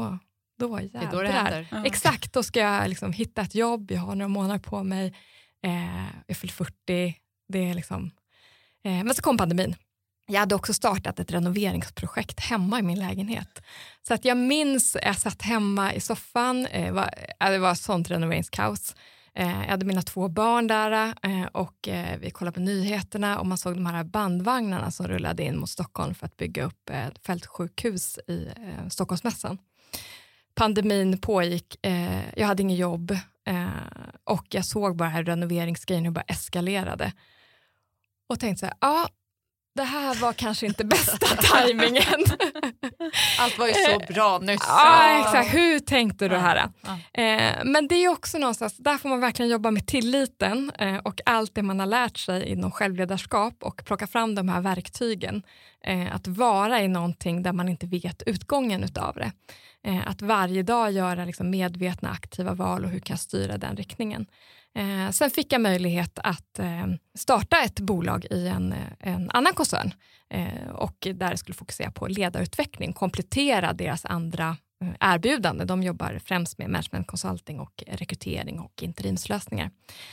[SPEAKER 1] då jävlar.
[SPEAKER 2] Det är då det händer.
[SPEAKER 1] Exakt, då ska jag liksom hitta ett jobb, jag har några månader på mig, jag fyller 40, det är liksom... men så kom pandemin. jag hade också startat ett renoveringsprojekt hemma i min lägenhet. Så att jag minns, jag satt hemma i soffan, det var sånt renoveringskaos. Jag hade mina 2 barn där och vi kollade på nyheterna och man såg de här bandvagnarna som rullade in mot Stockholm för att bygga upp ett fältsjukhus i Stockholmsmässan. Pandemin pågick, jag hade ingen jobb och jag såg bara här renoveringsgrejen och bara eskalerade. Och tänkte så här, det här var kanske inte bästa tajmingen.
[SPEAKER 2] Allt var ju så bra nyss.
[SPEAKER 1] Ja, exakt. Hur tänkte du här? Men det är ju också någonstans, där får man verkligen jobba med tilliten och allt det man har lärt sig inom självledarskap och plocka fram de här verktygen. Att vara i någonting där man inte vet utgången utav det. Att varje dag göra liksom medvetna aktiva val och hur kan jag styra den riktningen. Sen fick jag möjlighet att starta ett bolag i en annan koncern och där skulle fokusera på ledarutveckling, komplettera deras andra erbjudanden. De jobbar främst med management consulting och rekrytering och interimslösningar.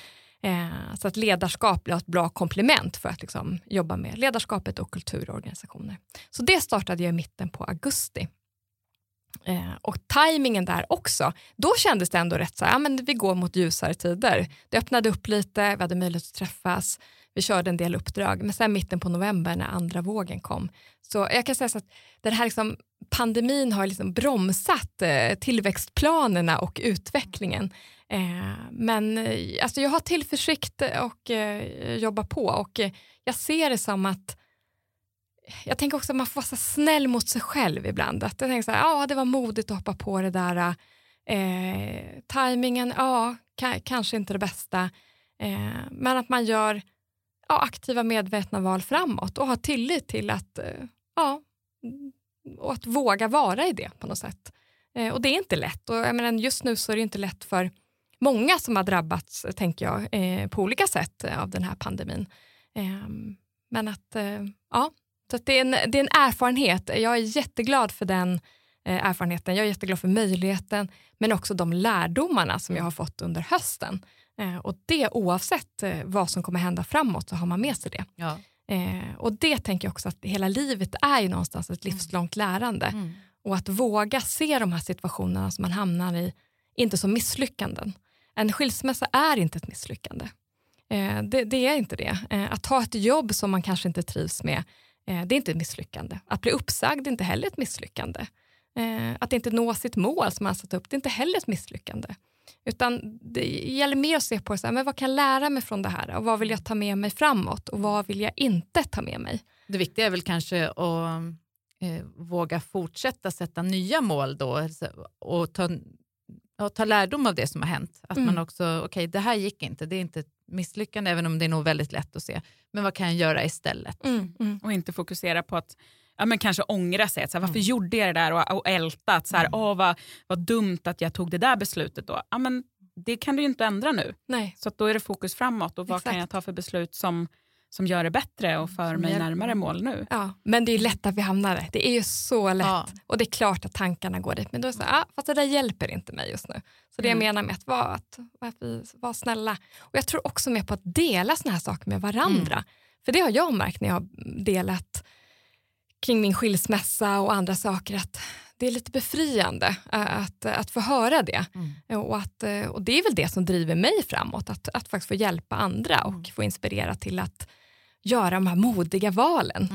[SPEAKER 1] Så att ledarskap blir ett bra komplement för att liksom jobba med ledarskapet och kulturorganisationer. Så det startade jag i mitten på augusti. Och tajmingen där också, då kändes det ändå rätt så här, men vi går mot ljusare tider. Det öppnade upp lite, vi hade möjlighet att träffas, vi körde en del uppdrag, men sen mitten på november när andra vågen kom. Så jag kan säga så att den här liksom, pandemin har liksom bromsat tillväxtplanerna och utvecklingen. Men alltså jag har tillförsikt och jobbar på och jag ser det som att jag tänker också att man får vara så snäll mot sig själv ibland. Att jag tänker så här, det var modigt att hoppa på det där. Timingen, kanske inte det bästa. Men att man gör aktiva medvetna val framåt och har tillit till att, och att våga vara i det på något sätt. Och det är inte lätt. Och jag menar, just nu så är det inte lätt för många som har drabbats, tänker jag, på olika sätt av den här pandemin. Men att, så att det är en erfarenhet. Jag är jätteglad för den erfarenheten. Jag är jätteglad för möjligheten. Men också de lärdomarna som jag har fått under hösten. Och det oavsett vad som kommer hända framåt så har man med sig det. Ja. Och det tänker jag också att hela livet är ju någonstans ett livslångt lärande. Och att våga se de här situationerna som man hamnar i inte som misslyckanden. En skilsmässa är inte ett misslyckande. Det är inte det. Att ta ett jobb som man kanske inte trivs med, det är inte ett misslyckande. Att bli uppsagd är inte heller ett misslyckande. Att inte nå sitt mål som man satt upp, det är inte heller ett misslyckande. Utan det gäller mer att se på så här, men vad kan jag lära mig från det här? Och vad vill jag ta med mig framåt? Och vad vill jag inte ta med mig?
[SPEAKER 2] Det viktiga är väl kanske att våga fortsätta sätta nya mål då. Och ta lärdom av det som har hänt. Att man också, det här gick inte. Det är inte ett misslyckande, även om det är nog väldigt lätt att se. Men vad kan jag göra istället?
[SPEAKER 3] Och inte fokusera på att men kanske ångra sig. Att, så här, varför gjorde jag det där? Och älta. Att, så här, vad dumt att jag tog det där beslutet då. Ja, men det kan du ju inte ändra nu.
[SPEAKER 1] Nej.
[SPEAKER 3] Så att då är det fokus framåt. Och vad kan jag ta för beslut som gör det bättre och för mig närmare mål nu?
[SPEAKER 1] Ja, men det är lätt att vi hamnar där. Det är ju så lätt. Ja. Och det är klart att tankarna går dit. Men då är det så här, fast det där hjälper inte mig just nu. Så det jag menar med att vara snälla. Och jag tror också med på att dela såna här saker med varandra. För det har jag märkt när jag har delat kring min skilsmässa och andra saker, att det är lite befriande att få höra det. Och det är väl det som driver mig framåt, att faktiskt få hjälpa andra och få inspirera till att göra de här modiga valen.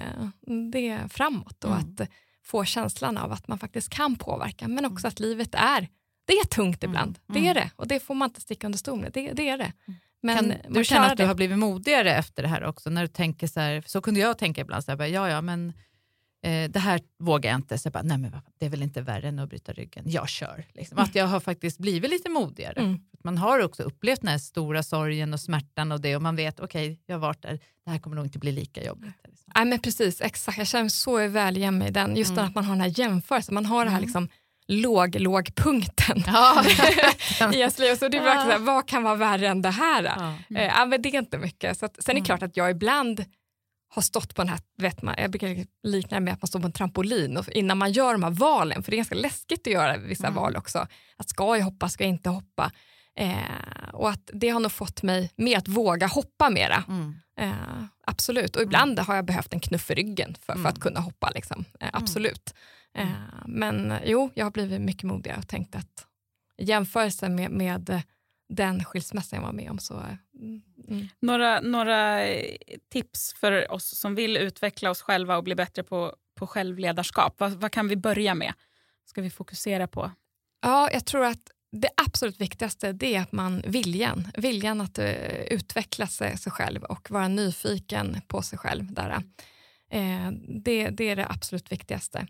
[SPEAKER 1] Det är framåt och att få känslan av att man faktiskt kan påverka, men också att livet det är tungt ibland. Det är det, och det får man inte sticka under stol med. Det är det. Men
[SPEAKER 2] du känner att du har blivit modigare efter det här också, när du tänker så här, så kunde jag tänka ibland så här, men det här vågar jag inte, så jag bara, nej men det är väl inte värre än att bryta ryggen, jag kör liksom. Att jag har faktiskt blivit lite modigare. Man har också upplevt den här stora sorgen och smärtan och det, och man vet, jag har varit där, det här kommer nog inte bli lika jobbigt liksom.
[SPEAKER 1] Nej men precis, exakt, jag känner så väl igen mig i den, just att man har den här jämförelsen, man har det här liksom lågpunkten i ens liv. Så det är verkligen så här, vad kan vara värre än det här? Men det är inte mycket. Så sen är det klart att jag ibland har stått på den här, jag brukar likna det med att man står på en trampolin och innan man gör de här valen, för det är ganska läskigt att göra vissa val också. Att ska jag hoppa, ska jag inte hoppa? Och att det har nog fått mig med att våga hoppa mera. Absolut. Och ibland har jag behövt en knuff i ryggen för att kunna hoppa. Liksom. Absolut. Men jo, jag har blivit mycket modigare och tänkt att i jämförelse med den skilsmässan jag var med om så...
[SPEAKER 3] Några tips för oss som vill utveckla oss själva och bli bättre på självledarskap. Vad kan vi börja med? Ska vi fokusera på?
[SPEAKER 1] Ja, jag tror att det absolut viktigaste det är att man viljan att utveckla sig själv och vara nyfiken på sig själv. Det är det absolut viktigaste.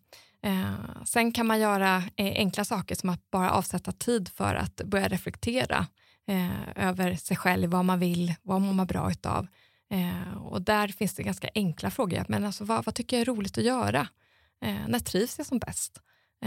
[SPEAKER 1] Sen kan man göra enkla saker som att bara avsätta tid för att börja reflektera över sig själv, vad man vill, vad man mår bra utav. Och där finns det ganska enkla frågor. Men alltså, vad tycker jag är roligt att göra? När trivs jag som bäst?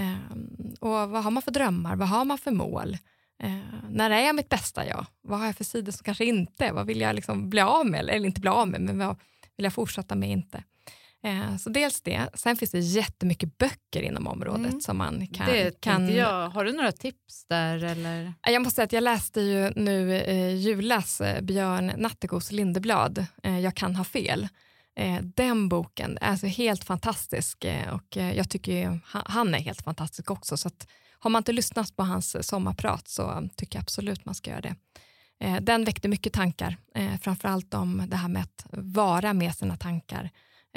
[SPEAKER 1] Och vad har man för drömmar? Vad har man för mål? När är jag mitt bästa jag? Vad har jag för sidor som kanske inte? Vad vill jag liksom bli av med? Eller inte bli av med, men vad vill jag fortsätta med inte? Så dels det. Sen finns det jättemycket böcker inom området som man kan...
[SPEAKER 2] Det tänkte jag. Har du några tips där? Eller?
[SPEAKER 1] Jag måste säga att jag läste ju nu julas Björn Natthegos Lindeblad. Jag kan ha fel. Den boken är alltså helt fantastisk och jag tycker ju, han är helt fantastisk också. Så att har man inte lyssnat på hans sommarprat så tycker jag absolut man ska göra det. Den väckte mycket tankar. Framförallt om det här med att vara med sina tankar.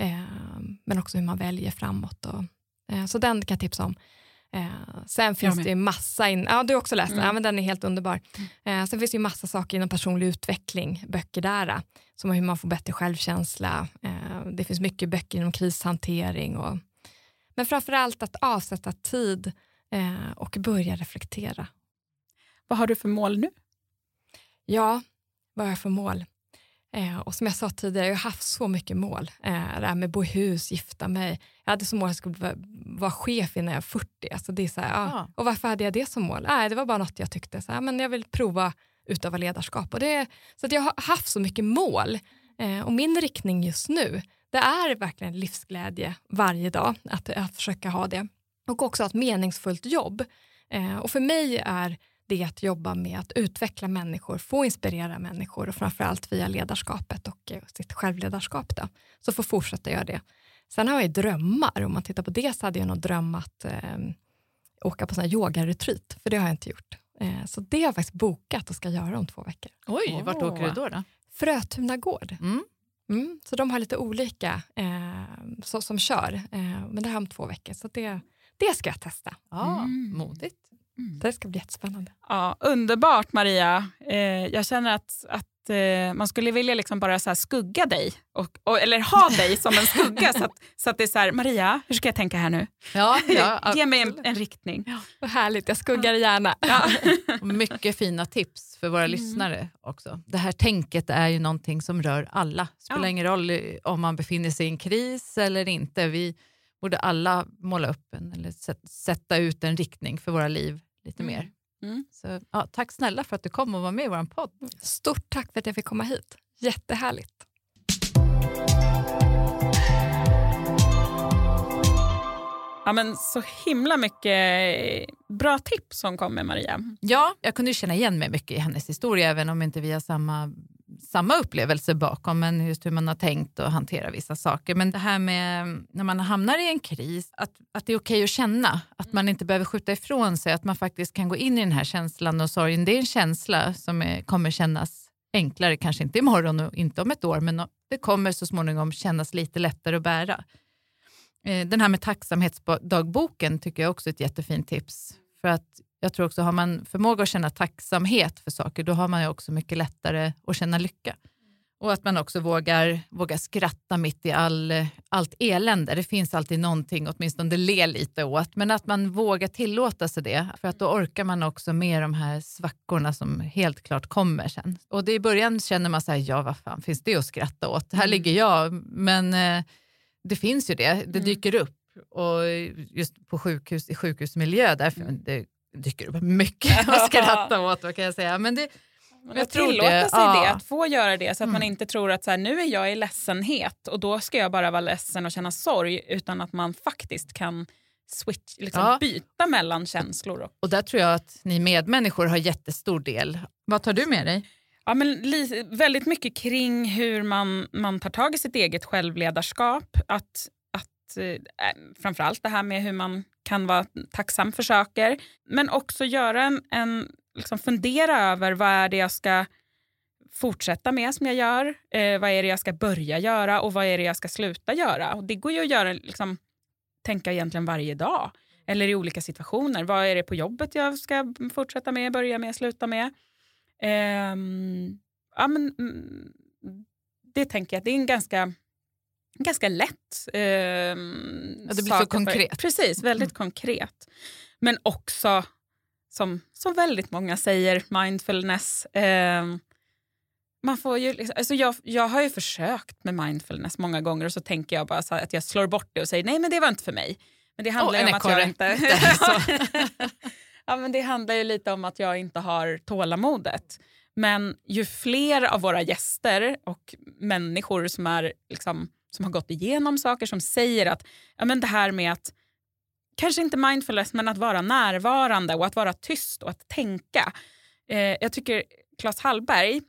[SPEAKER 1] Men också hur man väljer framåt. Så den kan jag tipsa om. Sen finns det ju massa... Ja, du har också läst den. Ja, men den är helt underbar. Sen finns det ju massa saker inom personlig utveckling. Böcker där. Som hur man får bättre självkänsla. Det finns mycket böcker inom krishantering. Men framförallt att avsätta tid och börja reflektera.
[SPEAKER 3] Vad har du för mål nu?
[SPEAKER 1] Ja, vad har jag för mål? Och som jag sa tidigare, jag har haft så mycket mål. Det här med bo i hus, gifta mig. Jag hade som mål att jag skulle vara chef innan jag är 40. Alltså det är så här, Och varför hade jag det som mål? Det var bara något jag tyckte. Så här, men jag vill prova utöva ledarskap. Så att jag har haft så mycket mål. Och min riktning just nu, det är verkligen livsglädje varje dag. Att försöka ha det. Och också ett meningsfullt jobb. Och för mig är det att jobba med att utveckla människor, få inspirera människor och framförallt via ledarskapet och sitt självledarskap då. Så får fortsätta göra det. Sen har jag drömmar. Om man tittar på det så hade jag nog dröm att åka på sån här yoga-retreat. För det har jag inte gjort. Så det har jag faktiskt bokat och ska göra om 2 veckor.
[SPEAKER 2] Oj, vart åker du då?
[SPEAKER 1] Frötuna gård. Så de har lite olika som kör. Men det här om 2 veckor. Så det ska jag testa.
[SPEAKER 2] Modigt.
[SPEAKER 1] Det ska bli jättespännande.
[SPEAKER 3] Ja, underbart Maria. Jag känner att man skulle vilja liksom bara så här skugga dig. Eller ha dig som en skugga. så att det är så här, Maria, hur ska jag tänka här nu? Ge mig en riktning.
[SPEAKER 1] Ja, vad härligt, jag skuggar gärna.
[SPEAKER 2] Mycket fina tips för våra lyssnare också. Det här tänket är ju någonting som rör alla. Spelar ingen roll om man befinner sig i en kris eller inte. Vi borde alla måla upp eller sätta ut en riktning för våra liv lite mer. Så, tack snälla för att du kom och var med i vår podd.
[SPEAKER 1] Stort tack för att jag fick komma hit. Jättehärligt.
[SPEAKER 3] Ja, men så himla mycket bra tips som kom med Maria.
[SPEAKER 2] Ja, jag kunde känna igen mig mycket i hennes historia även om inte vi har samma upplevelse bakom, men just hur man har tänkt och hantera vissa saker. Men det här med när man hamnar i en kris, att det är okej att känna, att man inte behöver skjuta ifrån sig, att man faktiskt kan gå in i den här känslan och sorgen. Det är en känsla som kommer kännas enklare, kanske inte imorgon och inte om ett år, men det kommer så småningom kännas lite lättare att bära. Den här med tacksamhetsdagboken tycker jag också är ett jättefint tips. För att jag tror också, har man förmåga att känna tacksamhet för saker, då har man ju också mycket lättare att känna lycka. Och att man också vågar skratta mitt i allt elände. Det finns alltid någonting, åtminstone det ler lite åt. Men att man vågar tillåta sig det. För att då orkar man också med de här svackorna som helt klart kommer sen. Och det i början känner man så här, vad fan finns det att skratta åt? Här ligger jag, men det finns ju det. Det dyker upp. Och just på i sjukhusmiljö, där det dyker upp mycket att skratta åt, vad kan jag säga. Men
[SPEAKER 3] jag tillåta sig det, att få göra det så att man inte tror att så här, nu är jag i ledsenhet och då ska jag bara vara ledsen och känna sorg, utan att man faktiskt kan switch, liksom byta mellan känslor.
[SPEAKER 2] Och där tror jag att ni medmänniskor har jättestor del. Vad tar du med dig?
[SPEAKER 3] Ja, men väldigt mycket kring hur man tar tag i sitt eget självledarskap. Att framförallt det här med hur man kan vara tacksam för saker. Men också göra liksom fundera över vad är det jag ska fortsätta med som jag gör. Vad är det jag ska börja göra och vad är det jag ska sluta göra. Och det går ju att göra, liksom, tänka egentligen varje dag. Eller i olika situationer. Vad är det på jobbet jag ska fortsätta med, börja med, sluta med. Ja, men det tänker jag att det är en ganska lätt
[SPEAKER 2] det blir så konkret.
[SPEAKER 3] Precis, väldigt konkret. Men också som väldigt många säger, mindfulness. Man får ju liksom, alltså jag har ju försökt med mindfulness många gånger och så tänker jag bara så att jag slår bort det och säger nej, men det var inte för mig. Men det handlar ju om att jag inte ja, men det handlar ju lite om att jag inte har tålamodet. Men ju fler av våra gäster och människor som har gått igenom saker som säger att ja, men det här med att kanske inte mindfulness men att vara närvarande och att vara tyst och att tänka. Jag tycker Claes Hallberg,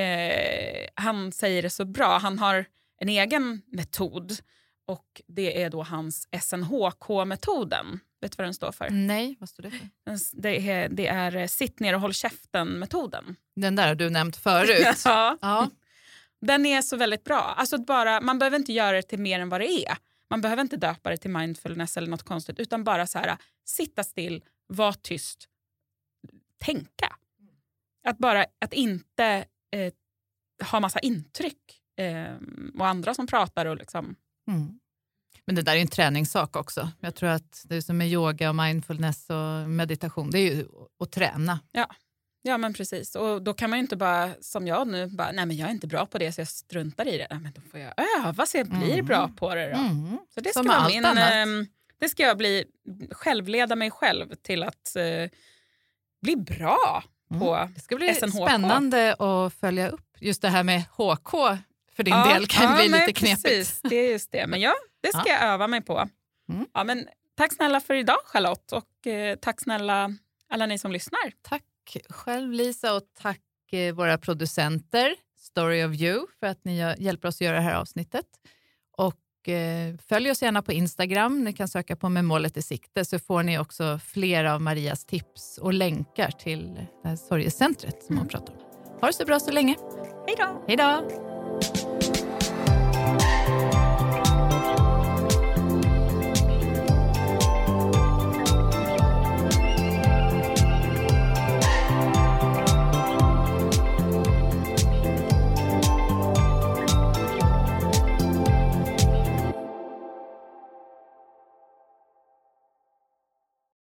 [SPEAKER 3] han säger det så bra. Han har en egen metod och det är då hans SNHK-metoden. Vet du vad den står för?
[SPEAKER 2] Nej, vad står det för?
[SPEAKER 3] Det är sitt ner och håll käften-metoden.
[SPEAKER 2] Den där har du nämnt förut.
[SPEAKER 3] Ja. Den är så väldigt bra. Alltså man behöver inte göra det till mer än vad det är. Man behöver inte döpa det till mindfulness eller något konstigt. Utan bara så här, sitta still, vara tyst, tänka. Att inte ha massa intryck. Och andra som pratar och liksom...
[SPEAKER 2] Mm. Men det där är ju en träningssak också. Jag tror att det är som med yoga och mindfulness och meditation. Det är ju att träna.
[SPEAKER 3] Ja, men precis. Och då kan man ju inte bara, som jag nu, bara, nej men jag är inte bra på det så jag struntar i det. Nej, men då får jag öva så jag blir bra på det då. Så det ska vara det ska jag självleda mig själv till att bli bra på
[SPEAKER 2] Det ska bli
[SPEAKER 3] SNHK.
[SPEAKER 2] Spännande att följa upp. Just det här med HK för din del kan bli lite knepigt.
[SPEAKER 3] Precis, det är just det. Men det ska jag öva mig på. Ja, men tack snälla för idag, Charlotte. Och tack snälla alla ni som lyssnar.
[SPEAKER 2] Tack själv, Lisa, och tack våra producenter Story of You för att ni hjälper oss att göra det här avsnittet. Och följ oss gärna på Instagram. Ni kan söka på Med målet i sikte så får ni också fler av Marias tips och länkar till det här sorgecentret som hon pratar om. Ha det så bra så länge.
[SPEAKER 3] Hej då!
[SPEAKER 2] Hej då!